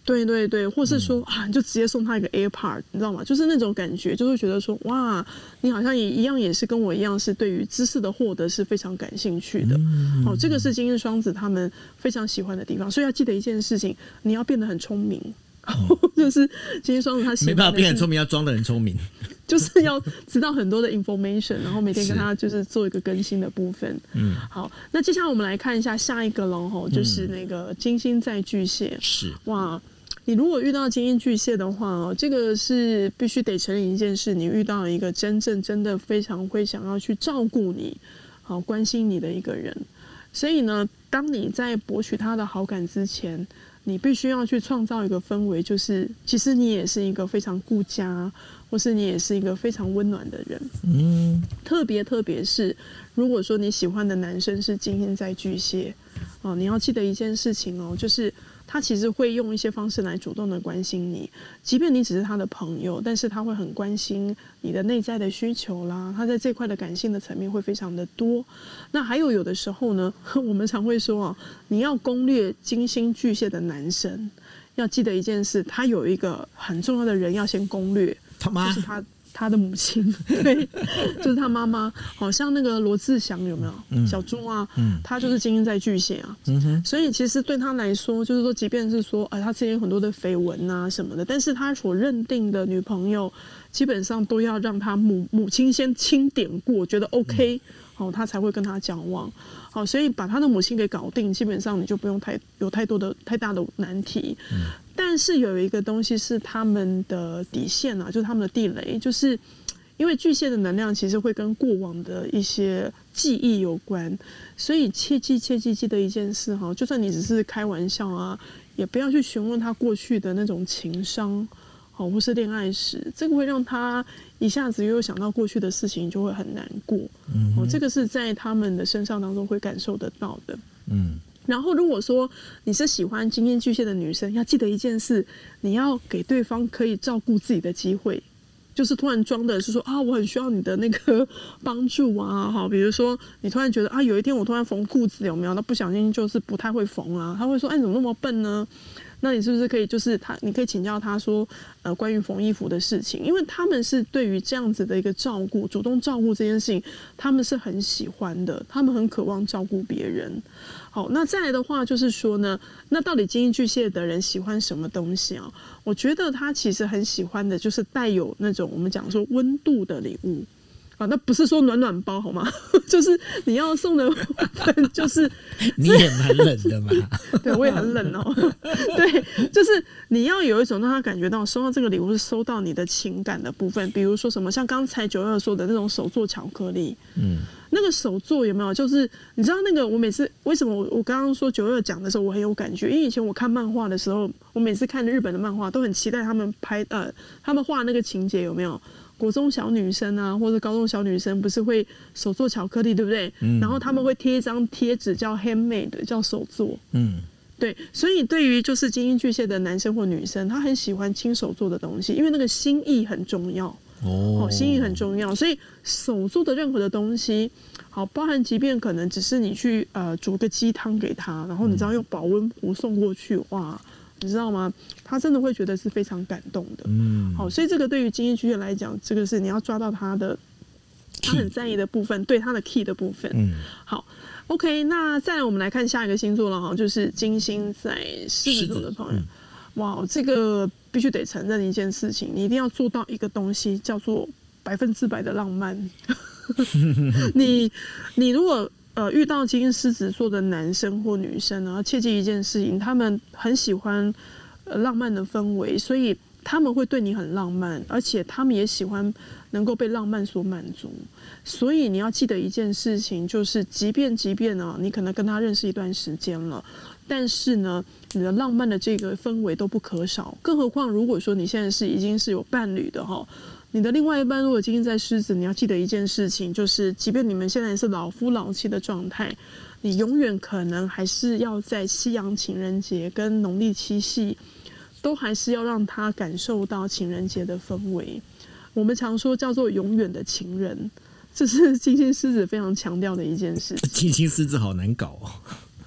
对对对，或是说、嗯、啊，你就直接送他一个 AirPod， 你知道吗？就是那种感觉，就会觉得说，哇，你好像也一样，也是跟我一样，是对于知识的获得是非常感兴趣的。嗯、哦，这个是金星双子他们非常喜欢的地方。所以要记得一件事情，你要变得很聪明。嗯、就是金星双子他喜欢的是没办法变很聪明，要装得很聪明， 就是要知道很多的 information， 然后每天跟他就是做一个更新的部分。嗯，好，那接下来我们来看一下下一个咯，就是那个金星在巨蟹。 是哇。你如果遇到金星巨蟹的话，这个是必须得承认一件事，你遇到一个真正真的非常会想要去照顾你、好关心你的一个人。所以呢，当你在博取他的好感之前，你必须要去创造一个氛围，就是其实你也是一个非常顾家，或是你也是一个非常温暖的人。嗯，特别特别是如果说你喜欢的男生是金星在巨蟹，哦，你要记得一件事情哦，就是他其实会用一些方式来主动的关心你，即便你只是他的朋友，但是他会很关心你的内在的需求啦，他在这块的感性的层面会非常的多。那还有有的时候呢，我们常会说啊，你要攻略金星巨蟹的男生，要记得一件事，他有一个很重要的人要先攻略， 他妈就是他他的母亲，对，就是他妈妈。好像那个罗志祥有没有、嗯、小猪啊、嗯、他就是金星在巨蟹啊、嗯、所以其实对他来说，就是说即便是说、呃、他之前有很多的绯闻啊什么的，但是他所认定的女朋友基本上都要让他母母亲先钦点过，觉得 OK、嗯哦、他才会跟他交往。好，所以把他的母亲给搞定，基本上你就不用太有太多的太大的难题。嗯、但是有一个东西是他们的底线啊，就是他们的地雷，就是因为巨蟹的能量其实会跟过往的一些记忆有关，所以切记切记记得一件事哈，就算你只是开玩笑啊，也不要去询问他过去的那种情伤。哦，或是恋爱史，这个会让他一下子又想到过去的事情，就会很难过。嗯，哦，这个是在他们的身上当中会感受得到的。嗯，然后如果说你是喜欢金星巨蟹的女生，要记得一件事，你要给对方可以照顾自己的机会。就是突然装的是说啊，我很需要你的那个帮助啊，好，比如说你突然觉得啊，有一天我突然缝裤子有没有？那不小心就是不太会缝啊，他会说，哎，你怎么那么笨呢？那你是不是可以就是他，你可以请教他说，呃，关于缝衣服的事情，因为他们是对于这样子的一个照顾，主动照顾这件事情，他们是很喜欢的，他们很渴望照顾别人。好，那再来的话就是说呢，那到底金星巨蟹的人喜欢什么东西啊？我觉得他其实很喜欢的就是带有那种我们讲说温度的礼物。啊，那不是说暖暖包好吗？就是你要送的就是你也蛮冷的嘛。 对，我也很冷哦。对，就是你要有一种让他感觉到收到这个礼物是收到你的情感的部分，比如说什么像刚才九二说的那种手做巧克力，嗯，那个手做有没有？就是你知道那个我每次为什么我我刚刚说九二讲的时候我很有感觉，因为以前我看漫画的时候，我每次看日本的漫画都很期待他们拍呃他们画那个情节有没有？国中小女生啊，或者高中小女生，不是会手做巧克力，对不对？嗯、然后他们会贴一张贴纸叫 handmade， 叫手做。嗯，对。所以对于就是金星巨蟹的男生或女生，他很喜欢亲手做的东西，因为那个心意很重要。哦，心意很重要，所以手做的任何的东西，好，包含即便可能只是你去呃煮个鸡汤给他，然后你知道用保温壶送过去，哇！你知道吗？他真的会觉得是非常感动的。嗯，好，所以这个对于金星巨蟹来讲，这个是你要抓到他的他很在意的部分，对他的 key 的部分。嗯，好 ，OK， 那再来我们来看下一个星座了哈，就是金星在狮子座的朋友。嗯、哇，这个必须得承认一件事情，你一定要做到一个东西，叫做百分之百的浪漫。你你如果呃，遇到金星狮子座的男生或女生啊，切记一件事情，他们很喜欢、呃、浪漫的氛围，所以他们会对你很浪漫，而且他们也喜欢能够被浪漫所满足。所以你要记得一件事情，就是即便即便啊，你可能跟他认识一段时间了，但是呢，你的浪漫的这个氛围都不可少。更何况，如果说你现在是已经是有伴侣的哈。你的另外一半如果今天在狮子，你要记得一件事情，就是即便你们现在是老夫老妻的状态，你永远可能还是要在西洋情人节跟农历七夕，都还是要让他感受到情人节的氛围。我们常说叫做永远的情人，这是金星狮子非常强调的一件事情。 金星狮子好难搞哦。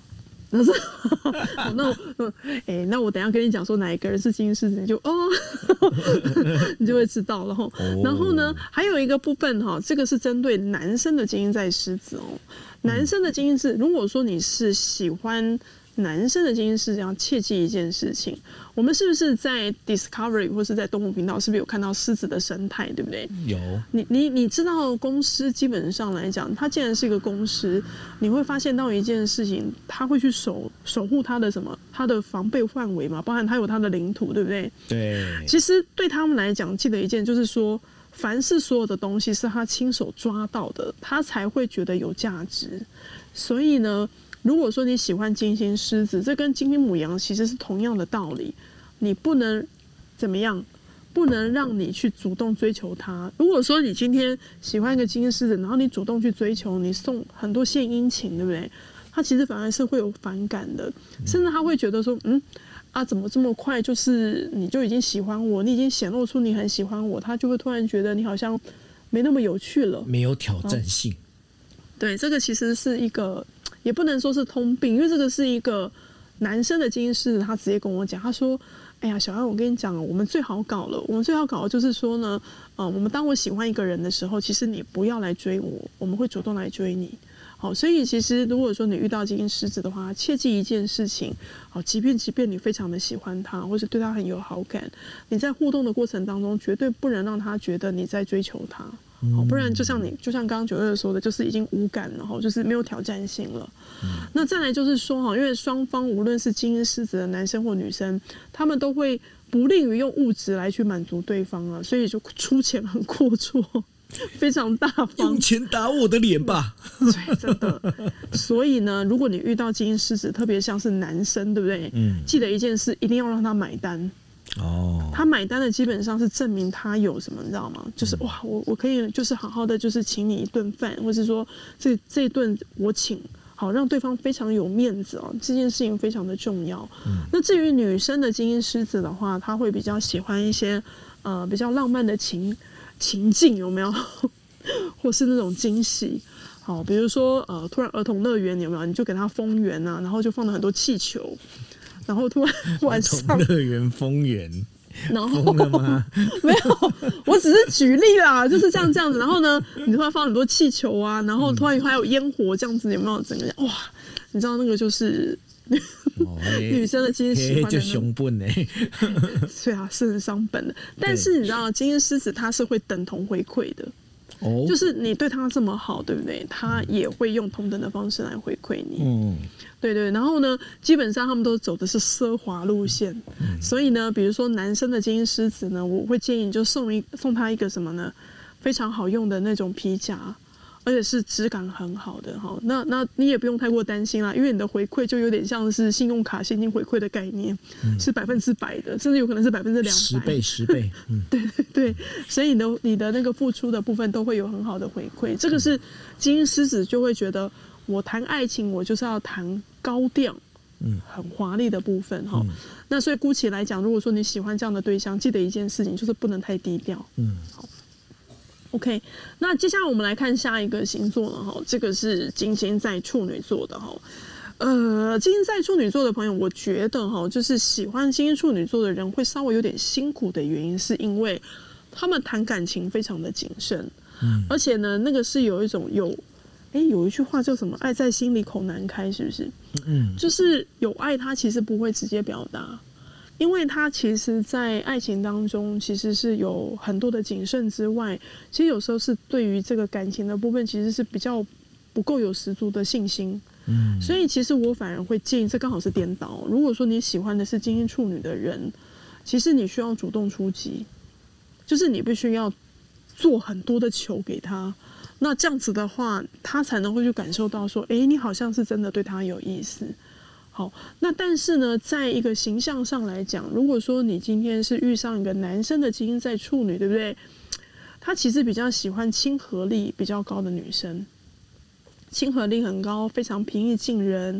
那是那我哎、欸，那我等一下跟你讲说哪一个人是金狮子，你就哦，你就会知道了哈。然后呢，还有一个部分哈，这个是针对男生的基因在狮子哦。男生的基因是，如果说你是喜欢男生的基因是，要切记一件事情，我们是不是在 Discovery 或是在动物频道，是不是有看到狮子的生态，对不对？ 有。 你你你知道公狮基本上来讲，它既然是一个公狮，你会发现到一件事情，它会去守守护它的什么，它的防备范围嘛，包含它有它的领土，对不对？ 对。其实对他们来讲，记得一件就是说，凡是所有的东西是他亲手抓到的，他才会觉得有价值。所以呢，如果说你喜欢金星狮子，这跟金星牡羊其实是同样的道理，你不能怎么样，不能让你去主动追求它。如果说你今天喜欢一个金星狮子，然后你主动去追求，你送很多献殷勤，对不对？他其实反而是会有反感的，甚至他会觉得说，嗯啊，怎么这么快就是你就已经喜欢我，你已经显露出你很喜欢我，他就会突然觉得你好像没那么有趣了， 没有挑战性。哦、 对，这个其实是一个。也不能说是通病，因为这个是一个男生的基因狮子，他直接跟我讲，他说：“哎呀，小安，我跟你讲，我们最好搞了，我们最好搞的就是说呢，呃，我们当我喜欢一个人的时候，其实你不要来追我，我们会主动来追你。好，所以其实如果说你遇到基因狮子的话，切记一件事情，好，即便即便你非常的喜欢他，或是对他很有好感，你在互动的过程当中，绝对不能让他觉得你在追求他。”好，不然就像你，就像刚刚九二说的，就是已经无感了，就是没有挑战性了。嗯、那再来就是说哈，因为双方无论是金狮子的男生或女生，他们都会不利于用物质来去满足对方啊，所以就出钱很阔绰，非常大方， 用钱打我的脸吧。 对，真的。所以呢，如果你遇到金狮子，特别像是男生，对不对？嗯，记得一件事，一定要让他买单。哦，他买单的基本上是证明他有什么，你知道吗？就是哇，我我可以就是好好的就是请你一顿饭，或是说这这一顿我请，好让对方非常有面子哦。这件事情非常的重要。嗯、那至于女生的金星狮子的话，她会比较喜欢一些呃比较浪漫的情情境，有没有？或是那种惊喜。好，比如说呃，突然儿童乐园有没有？你就给他封园啊，然后就放了很多气球。然后突然晚上乐园封园， 然后疯了吗？ 没有，我只是举例啦，就是这样这样子。然后呢，你突然放很多气球啊，然后突然还有烟火这样子，有没有？整个哇，你知道那个就是哦、女生的金星喜欢的就熊本呢， 对啊，是很伤本的。但是你知道，金星狮子它是会等同回馈的。哦，就是你对他这么好，对不对？他也会用同等的方式来回馈你。嗯，对对。然后呢，基本上他们都走的是奢华路线，嗯、所以呢，比如说男生的金星狮子呢，我会建议你就送一送他一个什么呢？非常好用的那种皮夹。而且是质感很好的哈，那那你也不用太过担心啦，因为你的回馈就有点像是信用卡现金回馈的概念，嗯、是百分之百的，甚至有可能是百分之两百， 十倍十倍，嗯， 对对对，所以你的你的那个付出的部分都会有很好的回馈，这个是金星狮子就会觉得我谈爱情我就是要谈高调，嗯，很华丽的部分哈，嗯、那所以姑且来讲，如果说你喜欢这样的对象，记得一件事情就是不能太低调，嗯，好。OK， 那接下来我们来看下一个星座了哈，这个是金星在处女座的哈。呃，金星在处女座的朋友，我觉得哈，就是喜欢金星处女座的人会稍微有点辛苦的原因，是因为他们谈感情非常的谨慎，嗯，而且呢，那个是有一种有，哎，有一句话叫什么“爱在心里口难开”，是不是？嗯，就是有爱，他其实不会直接表达。因为他其实在爱情当中其实是有很多的谨慎之外，其实有时候是对于这个感情的部分其实是比较不够有十足的信心，嗯，所以其实我反而会建议，这刚好是颠倒，如果说你喜欢的是金星处女的人，其实你需要主动出击，就是你必须要做很多的球给他，那这样子的话他才能会去感受到说，哎，你好像是真的对他有意思。好，那但是呢，在一个形象上来讲，如果说你今天是遇上一个男生的基因在处女，对不对？他其实比较喜欢亲和力比较高的女生，亲和力很高，非常平易近人，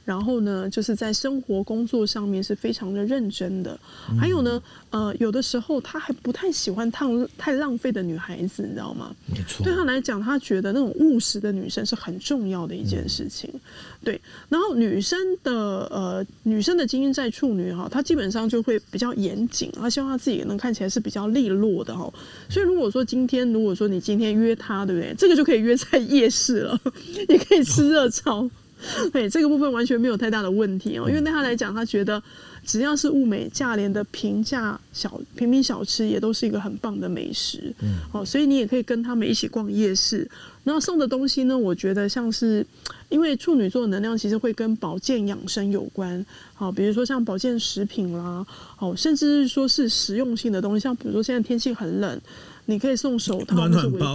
然后呢，就是在生活工作上面是非常的认真的。嗯、还有呢，呃，有的时候他还不太喜欢太太浪费的女孩子，你知道吗？ 没错。 对他来讲，他觉得那种务实的女生是很重要的一件事情。嗯、对，然后女生的呃，女生的金星在处女哈，她基本上就会比较严谨，她希望她自己能看起来是比较利落的哈。所以如果说今天，如果说你今天约她，对不对？这个就可以约在夜市了，也可以吃热炒。对，这个部分完全没有太大的问题哦，因为对他来讲，他觉得只要是物美价廉的平价小平民小吃，也都是一个很棒的美食。嗯，哦，所以你也可以跟他们一起逛夜市。然后送的东西呢，我觉得像是，因为处女座的能量其实会跟保健养生有关，好，比如说像保健食品啦，好，甚至是说是实用性的东西，像比如说现在天气很冷，你可以送手套、 暖暖包。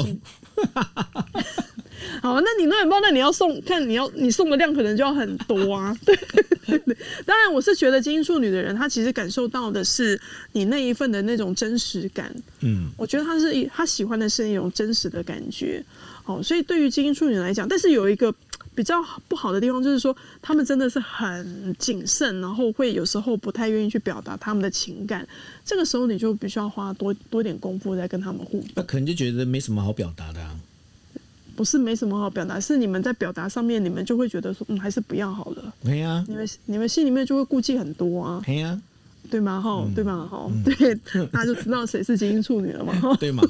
好，那你暖暖包，那你要送，看你要你送的量可能就要很多啊。对对对，当然我是觉得金星处女的人，他其实感受到的是你那一份的那种真实感。嗯，我觉得他是他喜欢的是一种真实的感觉。好，所以对于金星处女来讲，但是有一个比较不好的地方，就是说他们真的是很谨慎，然后会有时候不太愿意去表达他们的情感。这个时候你就必须要花多多点功夫在跟他们互动。 那可能就觉得没什么好表达的啊。 不是没什么好表达，是你们在表达上面，你们就会觉得说，嗯，还是不要好了。 对呀、啊， 你们你们心里面就会顾忌很多啊。 对呀、啊， 对吗？哈、嗯，对吗？哈、嗯，对，大家就知道谁是金星处女了嘛。 对嘛？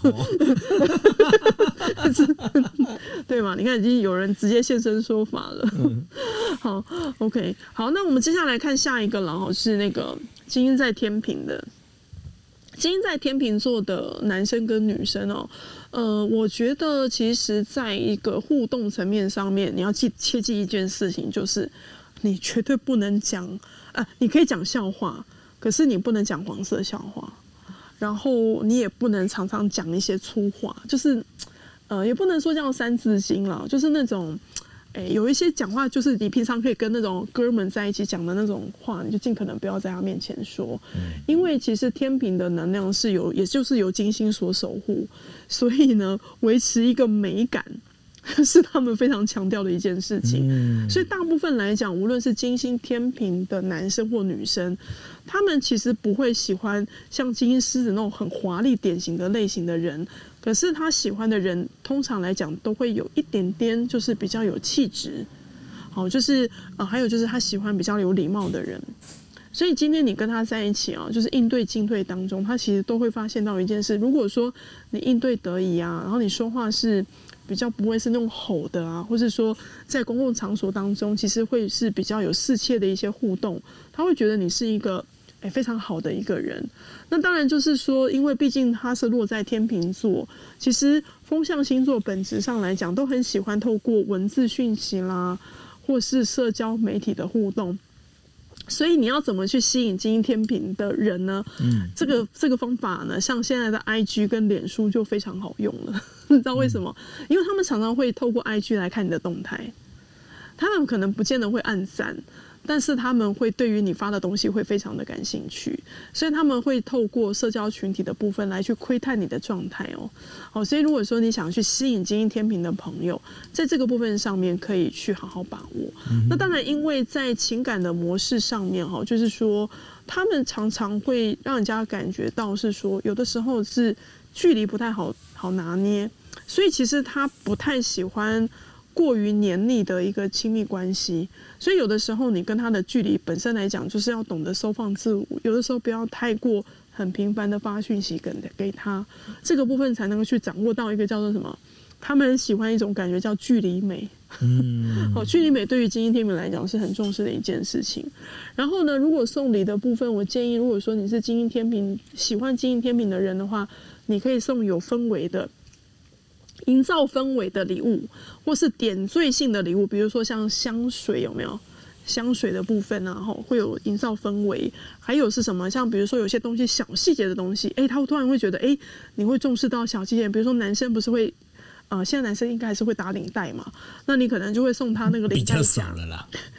对嘛？你看，已经有人直接现身说法了。嗯、好 ，OK， 好，那我们接下来看下一个了，是那个金星在天秤的。金星在天秤座的男生跟女生哦，呃，我觉得其实在一个互动层面上面，你要记切记一件事情，就是你绝对不能讲，呃，你可以讲笑话，可是你不能讲黄色笑话，然后你也不能常常讲一些粗话，就是呃，也不能说叫三字经啦，就是那种。欸、有一些讲话就是你平常可以跟那种哥们在一起讲的那种话，你就尽可能不要在他面前说，嗯、因为其实天秤的能量是有，也就是由金星所守护，所以呢，维持一个美感是他们非常强调的一件事情。嗯、所以大部分来讲，无论是金星天秤的男生或女生，他们其实不会喜欢像金星狮子那种很华丽典型的类型的人。可是他喜欢的人，通常来讲都会有一点点，就是比较有气质，好，就是呃，还有就是他喜欢比较有礼貌的人。所以今天你跟他在一起啊，就是应对进退当中，他其实都会发现到一件事：如果说你应对得宜啊，然后你说话是比较不会是那种吼的啊，或是说在公共场所当中，其实会是比较有世切的一些互动，他会觉得你是一个。欸、非常好的一个人，那当然就是说，因为毕竟他是落在天秤座，其实风象星座本质上来讲，都很喜欢透过文字讯息啦，或是社交媒体的互动。所以你要怎么去吸引金星天秤的人呢？嗯，这个这个方法呢，像现在的 I G 跟脸书就非常好用了。你知道为什么？嗯、因为他们常常会透过 I G 来看你的动态，他们可能不见得会按赞。但是他们会对于你发的东西会非常的感兴趣，所以他们会透过社交群体的部分来去窥探你的状态哦。好，所以如果说你想去吸引金星天秤的朋友，在这个部分上面可以去好好把握。嗯、那当然，因为在情感的模式上面哈，就是说他们常常会让人家感觉到是说，有的时候是距离不太好好拿捏，所以其实他不太喜欢。过于黏腻的一个亲密关系，所以有的时候你跟他的距离本身来讲，就是要懂得收放自如，有的时候不要太过很频繁的发讯息给给他，这个部分才能够去掌握到一个叫做什么？他们喜欢一种感觉叫距离美。嗯，好，距离美对于金星天秤来讲是很重视的一件事情。然后呢，如果送礼的部分，我建议，如果说你是金星天秤，喜欢金星天秤的人的话，你可以送有氛围的。营造氛围的礼物，或是点缀性的礼物，比如说像香水，有没有香水的部分啊？会有营造氛围。还有是什么？像比如说有些东西小细节的东西，哎、欸，他突然会觉得，哎、欸，你会重视到小细节。比如说男生不是会，呃，现在男生应该还是会打领带嘛？那你可能就会送他那个领带夹。 比较少了啦。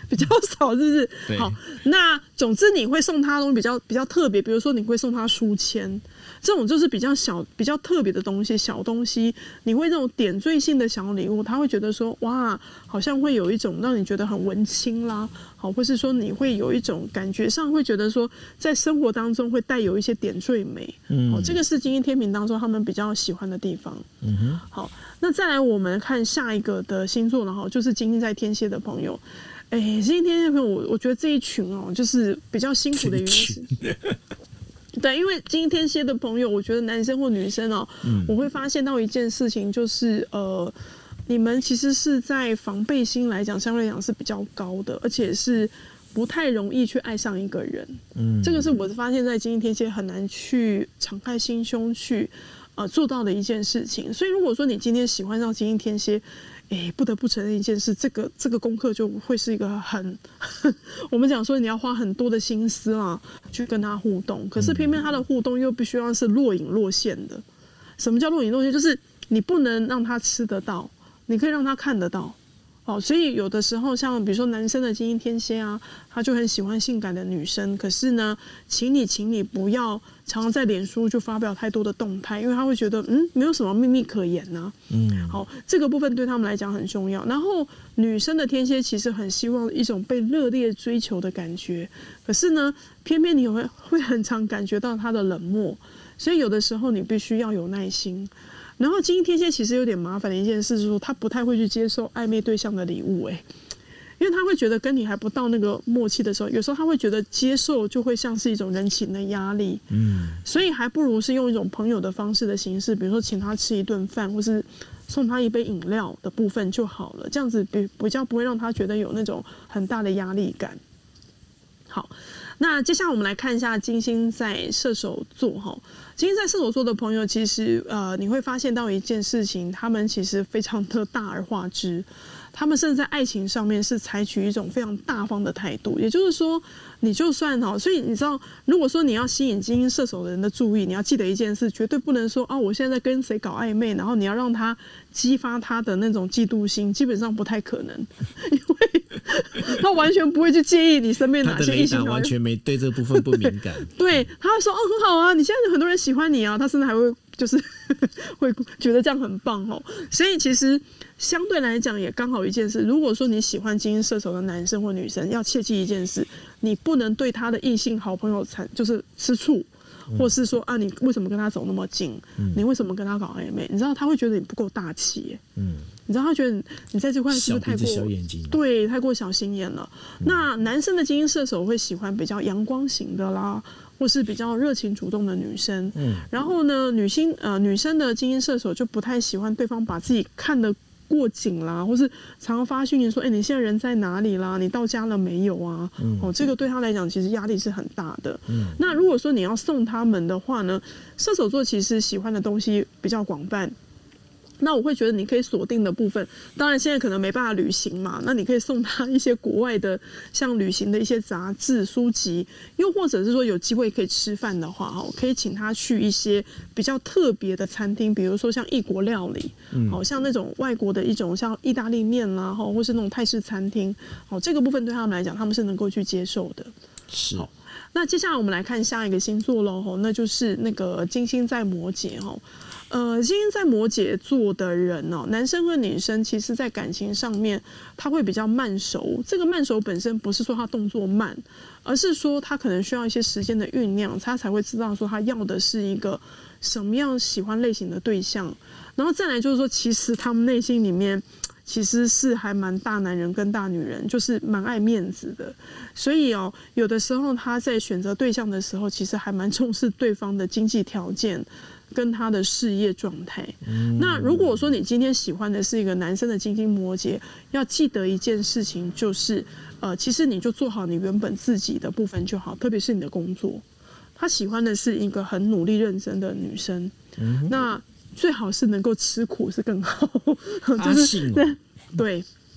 比较少，是不是？好，那总之你会送他的东西比较比较特别，比如说你会送他书签，这种就是比较小、比较特别的东西，小东西，你会这种点缀性的小礼物，他会觉得说哇，好像会有一种让你觉得很文青啦，好，或是说你会有一种感觉上会觉得说，在生活当中会带有一些点缀美，嗯，好，这个是金星天秤当中他们比较喜欢的地方，嗯哼，好，那再来我们看下一个的星座了哈，就是金星在天蝎的朋友。哎，金星天蝎的朋友，我我觉得这一群哦，就是比较辛苦的原因是，对，因为金星天蝎的朋友，我觉得男生或女生哦，嗯、我会发现到一件事情，就是呃，你们其实是在防备心来讲，相对来讲是比较高的，而且是不太容易去爱上一个人。嗯，这个是我发现在金星天蝎很难去敞开心胸去呃做到的一件事情。所以如果说你今天喜欢上金星天蝎，哎，不得不承认一件事，这个这个功课就会是一个很，我们讲说你要花很多的心思啊，去跟他互动。可是偏偏他的互动又必须要是若隐若现的。什么叫若隐若现？就是你不能让他吃得到，你可以让他看得到。哦，所以有的时候像比如说男生的金星天蝎啊，他就很喜欢性感的女生，可是呢，请你请你不要常常在脸书就发表太多的动态，因为他会觉得嗯没有什么秘密可言呐、啊。嗯，好，这个部分对他们来讲很重要。然后女生的天蝎其实很希望一种被热烈追求的感觉，可是呢，偏偏你会会很常感觉到他的冷漠，所以有的时候你必须要有耐心。然后金星天蝎其实有点麻烦的一件事是说，他不太会去接受暧昧对象的礼物，哎，因为他会觉得跟你还不到那个默契的时候，有时候他会觉得接受就会像是一种人情的压力，嗯，所以还不如是用一种朋友的方式的形式，比如说请他吃一顿饭，或是送他一杯饮料的部分就好了，这样子比比较不会让他觉得有那种很大的压力感。好，那接下来我们来看一下金星在射手座哈。金星在射手座的朋友，其实呃你会发现到一件事情，他们其实非常的大而化之，他们甚至在爱情上面是采取一种非常大方的态度。也就是说，你就算哈，所以你知道，如果说你要吸引金星射手的人的注意，你要记得一件事，绝对不能说啊，我现在在跟谁搞暧昧，然后你要让他激发他的那种嫉妒心，基本上不太可能，因为他完全不会去介意你身边哪些异性， 完全没对这部分不敏感。 对，他会说哦很好啊，你现在有很多人喜欢你啊，他甚至还会就是会觉得这样很棒哦。所以其实相对来讲也刚好一件事，如果说你喜欢金星射手的男生或女生，要切记一件事，你不能对他的异性好朋友产就是吃醋。或是说啊，你为什么跟他走那么近？嗯、你为什么跟他搞暧昧？你知道他会觉得你不够大气耶。嗯，你知道他觉得你在这块是不是太过小眼睛？ 对，太过小心眼了。嗯、那男生的金星射手会喜欢比较阳光型的啦，或是比较热情主动的女生。嗯，然后呢，女星呃女生的金星射手就不太喜欢对方把自己看得过紧啦，或是常常发讯息说，哎、欸，你现在人在哪里啦？你到家了没有啊？嗯、哦，这个对他来讲其实压力是很大的。嗯，那如果说你要送他们的话呢，射手座其实喜欢的东西比较广泛。那我会觉得你可以锁定的部分，当然现在可能没办法旅行嘛，那你可以送他一些国外的像旅行的一些杂志书籍，又或者是说有机会可以吃饭的话，可以请他去一些比较特别的餐厅，比如说像异国料理，好、嗯、像那种外国的一种像意大利面啦，或是那种泰式餐厅，好，这个部分对他们来讲他们是能够去接受的。 是。 那接下来我们来看下一个星座咯，那就是那个金星在摩羯。呃，金星在摩羯座的人哦，男生和女生其实在感情上面他会比较慢熟。这个慢熟本身不是说他动作慢，而是说他可能需要一些时间的酝酿，他才会知道说他要的是一个什么样喜欢类型的对象。然后再来就是说，其实他们内心里面其实是还蛮大男人跟大女人，就是蛮爱面子的。所以哦，有的时候他在选择对象的时候，其实还蛮重视对方的经济条件跟他的事业状态。嗯、那如果说你今天喜欢的是一个男生的金星摩羯，要记得一件事情，就是呃，其实你就做好你原本自己的部分就好，特别是你的工作。他喜欢的是一个很努力认真的女生。嗯、那最好是能够吃苦是更好，就是、 哦、 对对。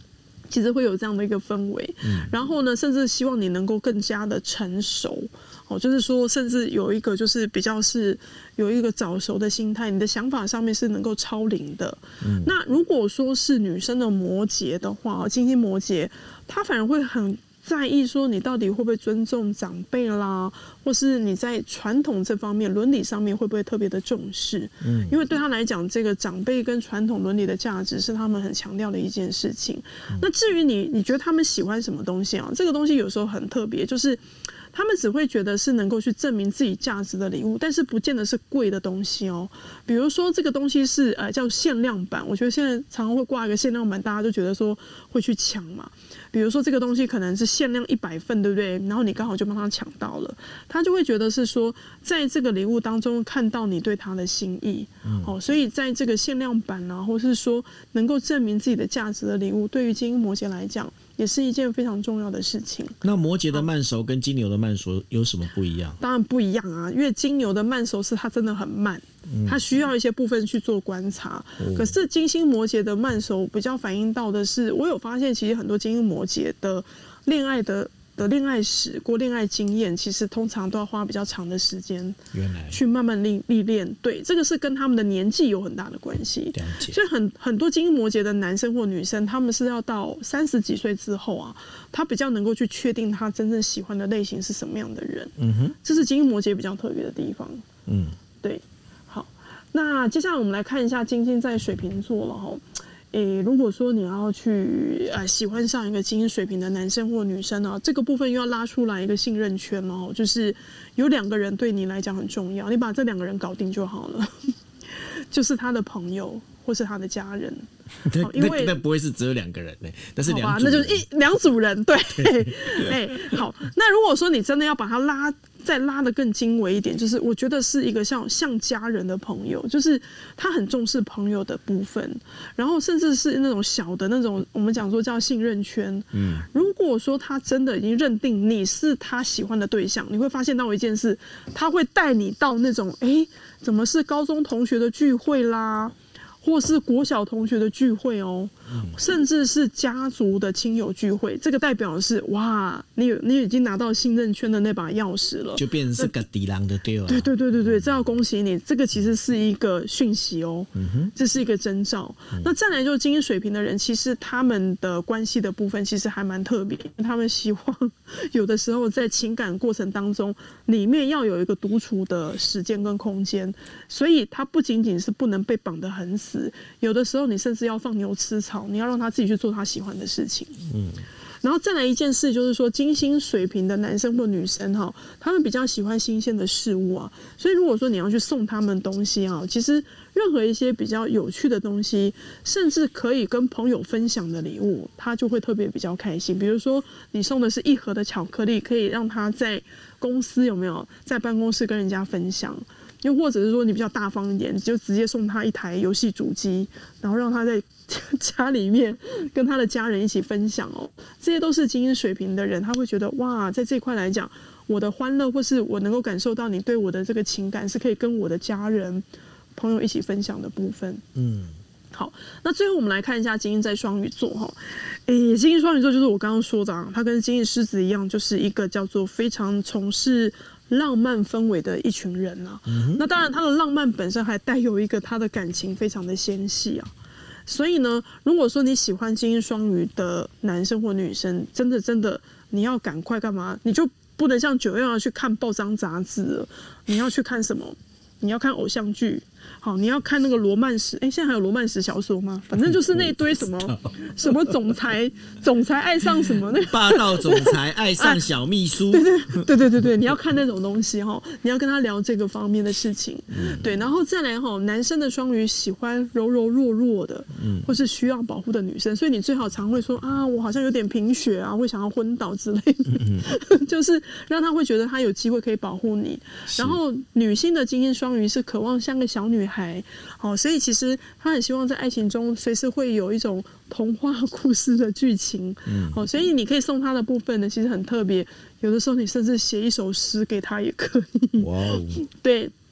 其实会有这样的一个氛围，嗯、然后呢，甚至希望你能够更加的成熟，哦，就是说，甚至有一个就是比较是有一个早熟的心态，你的想法上面是能够超龄的。嗯、那如果说是女生的摩羯的话，金星摩羯，她反而会很在意说你到底会不会尊重长辈啦，或是你在传统这方面伦理上面会不会特别的重视？嗯，因为对他来讲，这个长辈跟传统伦理的价值是他们很强调的一件事情。嗯、那至于你，你觉得他们喜欢什么东西啊？这个东西有时候很特别，就是他们只会觉得是能够去证明自己价值的礼物，但是不见得是贵的东西哦。比如说这个东西是呃叫限量版，我觉得现在常常会挂一个限量版，大家就觉得说会去抢嘛。比如说这个东西可能是限量一百份，对不对？然后你刚好就帮他抢到了，他就会觉得是说，在这个礼物当中看到你对他的心意，嗯、哦，所以在这个限量版啊，或是说能够证明自己的价值的礼物，对于金星摩羯来讲，也是一件非常重要的事情。 那摩羯的慢熟跟金牛的慢熟有什么不一样？ 当然不一样啊，因为金牛的慢熟是它真的很慢。他需要一些部分去做观察，嗯、可是金星摩羯的慢熟比较反映到的是，我有发现其实很多金星摩羯的恋爱的的恋爱史过恋爱经验，其实通常都要花比较长的时间，原来去慢慢历历练。对，这个是跟他们的年纪有很大的关系。所以很很多金星摩羯的男生或女生，他们是要到三十几岁之后啊，他比较能够去确定他真正喜欢的类型是什么样的人。嗯哼，这是金星摩羯比较特别的地方。嗯，对。那接下来我们来看一下金星在水瓶座了哈，诶，如果说你要去呃喜欢上一个金星水瓶的男生或女生呢，这个部分又要拉出来一个信任圈了，就是有两个人对你来讲很重要，你把这两个人搞定就好了，就是他的朋友或是他的家人。 因为那不会是只有两个人呢，那是两组人， 那就是一两组人，对，哎，好，那如果说你真的要把他拉再拉得更精微一点，就是我觉得是一个像像家人的朋友，就是他很重视朋友的部分，然后甚至是那种小的那种我们讲说叫信任圈。嗯，如果说他真的已经认定你是他喜欢的对象，你会发现到一件事，他会带你到那种哎，怎么是高中同学的聚会啦？或是国小同学的聚会哦，甚至是家族的亲友聚会，这个代表的是哇，你有你已经拿到信任圈的那把钥匙了， 就变成是个底狼的对了。 对对对对对，这要恭喜你，这个其实是一个讯息哦，嗯、这是一个征兆。嗯、那再来就是金星水瓶的人，其实他们的关系的部分其实还蛮特别，他们希望有的时候在情感过程当中，里面要有一个独处的时间跟空间，所以他不仅仅是不能被绑得很死。有的时候你甚至要放牛吃草，你要让他自己去做他喜欢的事情。嗯，然后再来一件事就是说，金星水瓶的男生或女生哈，他们比较喜欢新鲜的事物啊，所以如果说你要去送他们东西啊，其实任何一些比较有趣的东西，甚至可以跟朋友分享的礼物，他就会特别比较开心。比如说你送的是一盒的巧克力，可以让他在公司有没有在办公室跟人家分享。又或者是说你比较大方一点，就直接送他一台游戏主机，然后让他在家里面跟他的家人一起分享哦。这些都是金星水瓶的人，他会觉得哇，在这块来讲，我的欢乐或是我能够感受到你对我的这个情感，是可以跟我的家人、朋友一起分享的部分。嗯。好，那最后我们来看一下金星在双鱼座哈，诶，金星双鱼座就是我刚刚说的啊，它跟金星狮子一样，就是一个叫做非常从事浪漫氛围的一群人啊。嗯、那当然，他的浪漫本身还带有一个他的感情非常的纤细啊。所以呢，如果说你喜欢金星双鱼的男生或女生，真的真的你要赶快干嘛？你就不能像九月要去看报章杂志了，你要去看什么？你要看偶像剧，好，你要看那个罗曼史，哎、欸，现在还有罗曼史小说吗？反正就是那一堆什么什么总裁，总裁爱上什么那个霸道总裁爱上小秘书， 对对对对对对，你要看那种东西哈，你要跟他聊这个方面的事情，嗯、对，然后再来哈，男生的双鱼喜欢柔柔弱弱的，嗯，或是需要保护的女生，所以你最好常会说啊，我好像有点贫血啊，会想要昏倒之类的，嗯、就是让他会觉得他有机会可以保护你。然后女性的金星双鱼是渴望像个小女孩，哦，所以其实她很希望在爱情中随时会有一种童话故事的剧情，嗯，哦，所以你可以送她的部分呢，其实很特别，有的时候你甚至写一首诗给她也可以，哇哦，对。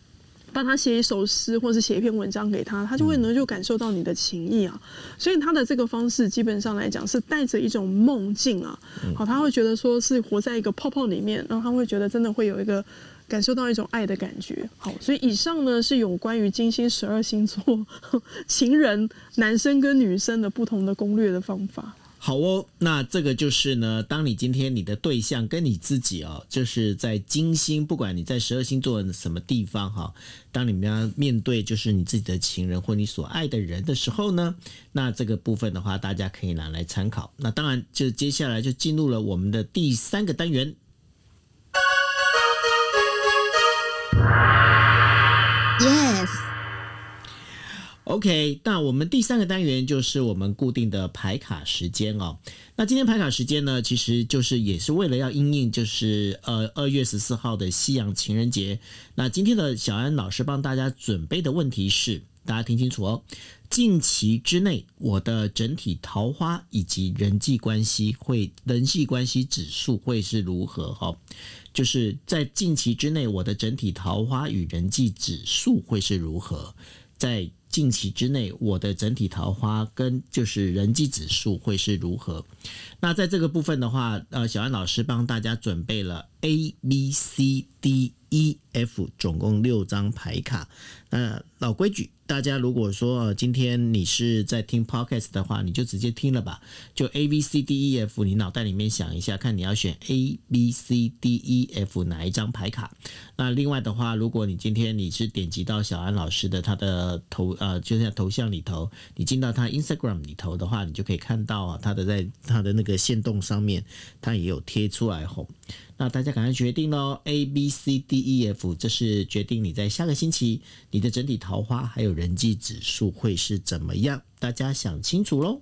帮他写一首诗，或是写一篇文章给他，他就会呢就感受到你的情意啊。所以他的这个方式基本上来讲是带着一种梦境啊，好，他会觉得说是活在一个泡泡里面，然后他会觉得真的会有一个感受到一种爱的感觉。好，所以以上呢是有关于金星十二星座情人男生跟女生的不同的攻略的方法。 好哦，那这个就是呢，当你今天你的对象跟你自己哦，就是在金星，不管你在十二星座的什么地方哈，当你们要面对就是你自己的情人或你所爱的人的时候呢，那这个部分的话，大家可以拿来参考。那当然，就接下来就进入了我们的第三个单元。Yes。OK， 那我们第三个单元就是我们固定的牌卡时间哦。那今天牌卡时间呢，其实就是也是为了要因应就是呃二月十四号的西洋情人节。那今天的小安老师帮大家准备的问题是，大家听清楚哦。近期之内，我的整体桃花以及人际关系会人际关系指数会是如何？哈，就是在近期之内，我的整体桃花与人际指数会是如何？在近期之内，我的整体桃花跟就是人际指数会是如何？那在这个部分的话，呃，小安老师帮大家准备了 A B C D E F 总共六张牌卡。那老规矩，大家如果说、呃、今天你是在听 podcast 的话，你就直接听了吧，就 A B C D E F， 你脑袋里面想一下，看你要选 A B C D E F 哪一张牌卡。那另外的话，如果你今天你是点击到小安老师的他的头呃，就像头像里头，你进到他 Instagram 里头的话，你就可以看到啊，他的在他的那个限动上面，他也有贴出来吼。那大家赶快决定咯 ，A B C D E F， 这是决定你在下个星期你的整体桃花还有人际指数会是怎么样，大家想清楚咯。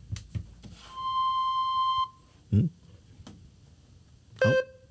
嗯，好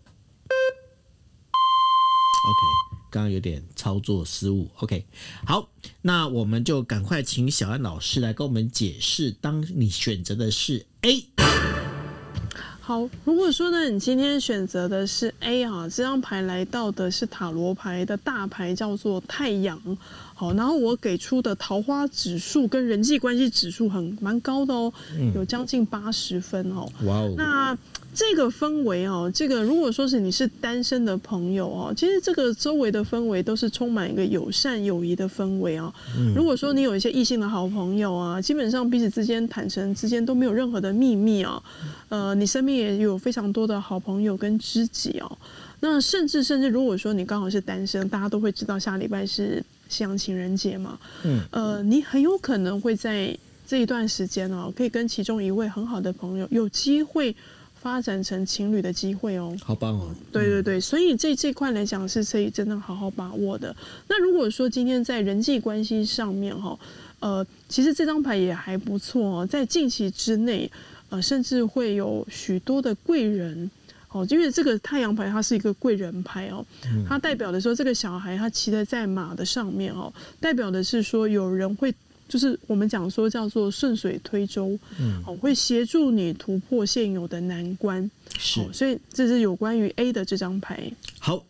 ，OK， 刚刚有点操作失误 ，OK， 好，那我们就赶快请小安老师来跟我们解释，当你选择的是 A。 好，如果说呢，你今天选择的是 A 啊，这张牌来到的是塔罗牌的大牌，叫做太阳。好，然后我给出的桃花指数跟人际关系指数很蛮高的哦，嗯、有将近八十分哦。哇哦！那这个氛围哦，这个如果说是你是单身的朋友哦，其实这个周围的氛围都是充满一个友善友谊的氛围啊。嗯、如果说你有一些异性的好朋友啊，基本上彼此之间坦诚之间都没有任何的秘密啊。呃，你身边也有非常多的好朋友跟知己哦。那甚至甚至如果说你刚好是单身，大家都会知道下礼拜是西洋情人节嘛。嗯。呃，你很有可能会在这一段时间哦，可以跟其中一位很好的朋友有机会发展成情侣的机会哦。 好棒哦！ 对对对，所以这这块来讲是可以真的好好把握的。那如果说今天在人际关系上面哈，呃，其实这张牌也还不错哦，在近期之内。呃，甚至会有许多的贵人，哦，因为这个太阳牌它是一个贵人牌哦，它代表的说这个小孩他骑在在马的上面哦，代表的是说有人会，就是我们讲说叫做顺水推舟，嗯，哦，会协助你突破现有的难关， 是， 哦，所以这是有关于 A 的这张牌。 好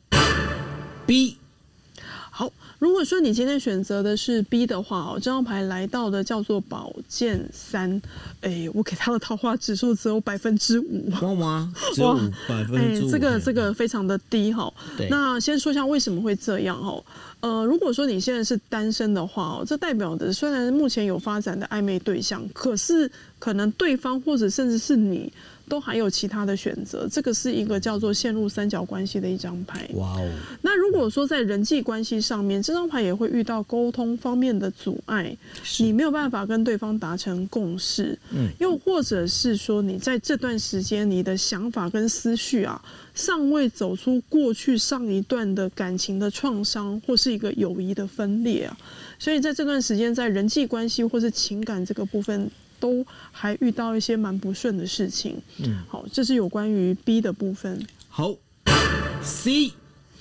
，B。 好，如果说你今天选择的是 B 的话，哦，这张牌来到的叫做宝剑三，哎，我给他的桃花指数只有百分之五， 哇哇，只有百分之五， 哎，这个这个非常的低哈。那先说一下为什么会这样哈。呃，如果说你现在是单身的话哦，这代表的虽然目前有发展的暧昧对象，可是可能对方或者甚至是你。都还有其他的选择，这个是一个叫做陷入三角关系的一张牌。哇哦！那如果说在人际关系上面，这张牌也会遇到沟通方面的阻碍，你没有办法跟对方达成共识。嗯，又或者是说，你在这段时间，你的想法跟思绪啊，尚未走出过去上一段的感情的创伤，或是一个友谊的分裂啊，所以在这段时间，在人际关系或是情感这个部分。都还遇到一些蛮不顺的事情，嗯，好，这是有关于 B 的部分。 好 ，C，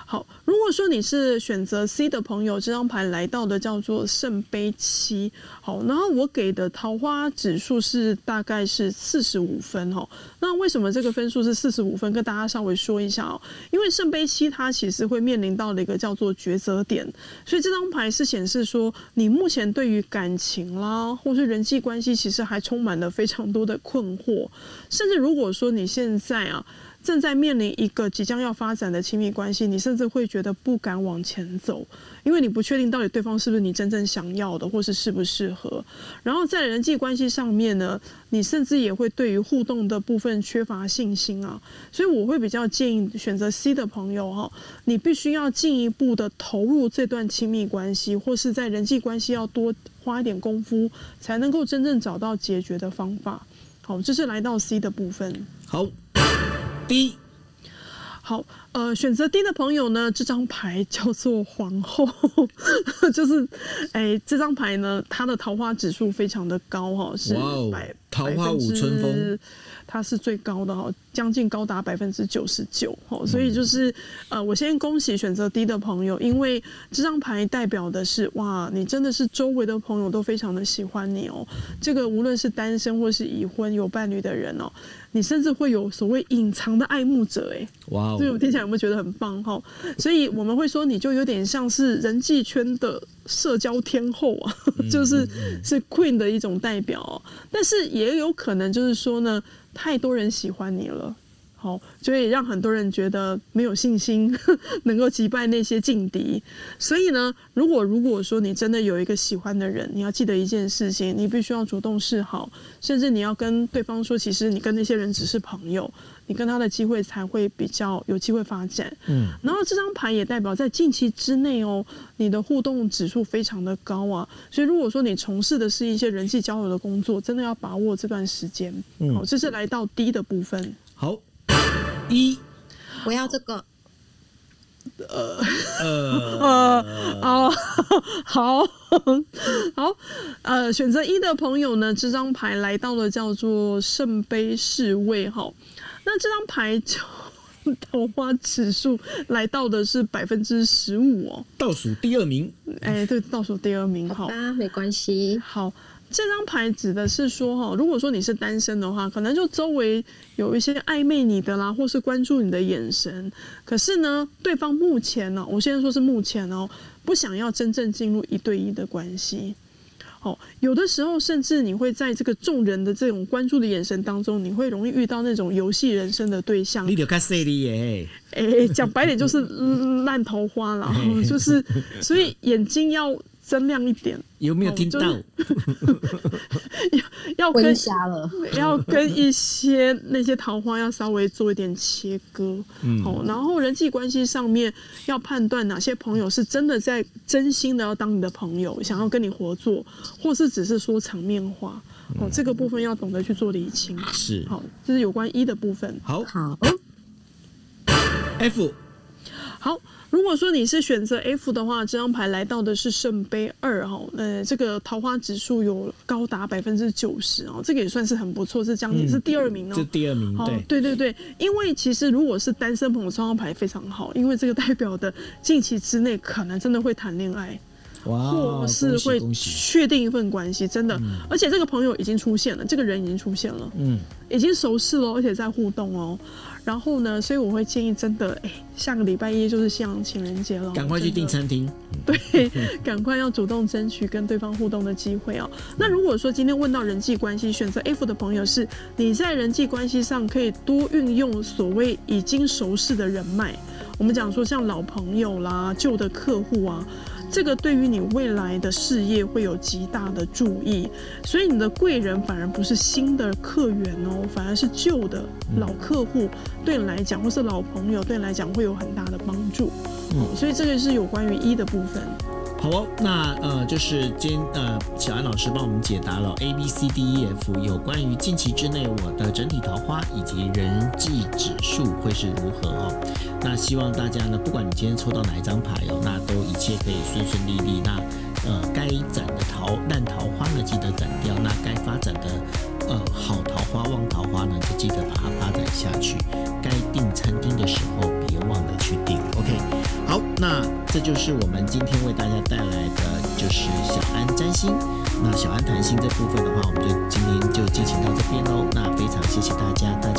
好，如果说你是选择 C 的朋友，这张牌来到的叫做圣杯七。好，然后我给的桃花指数是大概是四十五分哦。那为什么这个分数是四十五分？跟大家稍微说一下哦。因为圣杯七它其实会面临到的一个叫做抉择点，所以这张牌是显示说你目前对于感情啦，或是人际关系，其实还充满了非常多的困惑，甚至如果说你现在啊。正在面临一个即将要发展的亲密关系，你甚至会觉得不敢往前走，因为你不确定到底对方是不是你真正想要的，或是适不适合。然后在人际关系上面呢，你甚至也会对于互动的部分缺乏信心啊。所以我会比较建议选择 C 的朋友哈，你必须要进一步的投入这段亲密关系，或是在人际关系要多花一点功夫，才能够真正找到解决的方法。好，这是来到 C 的部分。 好。D， 好，呃，选择 D 的朋友呢，这张牌叫做皇后，就是，哎，这张牌呢，它的桃花指数非常的高哈，是百桃花舞春风， 它是最高的哈，将近高达百分之九十九哈，所以就是呃，我先恭喜选择 D 的朋友，因为这张牌代表的是哇，你真的是周围的朋友都非常的喜欢你哦，这个无论是单身或是已婚有伴侣的人哦。你甚至会有所谓隐藏的爱慕者，哎，哇！所以我听起来有没有觉得很棒哈？所以我们会说，你就有点像是人际圈的社交天后啊，就是是 Queen 的一种代表哦。但是也有可能就是说呢，太多人喜欢你了。好，所以让很多人觉得没有信心能够击败那些劲敌。所以呢，如果如果说你真的有一个喜欢的人，你要记得一件事情，你必须要主动示好，甚至你要跟对方说，其实你跟那些人只是朋友，你跟他的机会才会比较有机会发展。嗯，然后这张牌也代表在近期之内哦，你的互动指数非常的高啊。所以如果说你从事的是一些人际交友的工作，真的要把握这段时间。嗯，好，这是来到 D 的部分。 好。一， 我要这个。 呃呃哦，好好呃，选择一的朋友呢，这张牌来到了叫做圣杯侍卫哈。那这张牌就桃花指数来到的是百分之十五哦， 倒数第二名。 哎，对，倒数第二名哈， 没关系。 好。这张牌指的是说哈，如果说你是单身的话，可能就周围有一些暧昧你的啦，或是关注你的眼神。可是呢，对方目前呢、哦，我现在说是目前哦，不想要真正进入一对一的关系。哦，有的时候甚至你会在这个众人的这种关注的眼神当中，你会容易遇到那种游戏人生的对象。 你就较犀利耶！ 哎，讲白点就是烂桃花啦，就是所以眼睛要增亮一点。 有没有听到？ 哦要要跟瞎了， 要跟一些那些桃花要稍微做一点切割。嗯，好，然后人际关系上面要判断哪些朋友是真的在真心的要当你的朋友，想要跟你合作，或是只是说场面话。哦，这个部分要懂得去做厘清。 是， 好，这是有关一的部分。 好， 好 ，F。 好，如果说你是选择 F 的话，这张牌来到的是圣杯二哈，呃，这个桃花指数有高达百分之九十哦，这个也算是很不错，是将近、嗯、是第二名哦， 是第二名，对， 对对对，因为其实如果是单身朋友，这张牌非常好，因为这个代表的近期之内可能真的会谈恋爱。或是会确定一份关系，真的、嗯，而且这个朋友已经出现了，这个人已经出现了，嗯，已经熟识了，而且在互动哦。然后呢，所以我会建议，真的，哎，下个礼拜一就是西洋情人节了， 赶快去订餐厅， 对，赶快要主动争取跟对方互动的机会哦。那如果说今天问到人际关系，选择 F 的朋友是你在人际关系上可以多运用所谓已经熟识的人脉，我们讲说像老朋友啦、旧的客户啊。这个对于你未来的事业会有极大的注意，所以你的贵人反而不是新的客源哦，反而是旧的老客户，对你来讲或是老朋友对你来讲会有很大的帮助。嗯，所以这个是有关于一的部分。 好哦，那呃，就是今天呃，小安老师帮我们解答了 A B C D E F 有关于近期之内我的整体桃花以及人际指数会是如何哦。那希望大家呢，不管你今天抽到哪一张牌哦，那都一切可以顺顺利利。那呃，该斩的桃烂桃花呢，记得斩掉；那该发展的呃好桃花、旺桃花呢，就记得把它发展下去。该订餐厅的时候，别忘了去订。OK。 那这就是我们今天为大家带来的就是小安占星。那小安谈心这部分的话，我们就今天就进行到这边喽。那非常谢谢大家，大家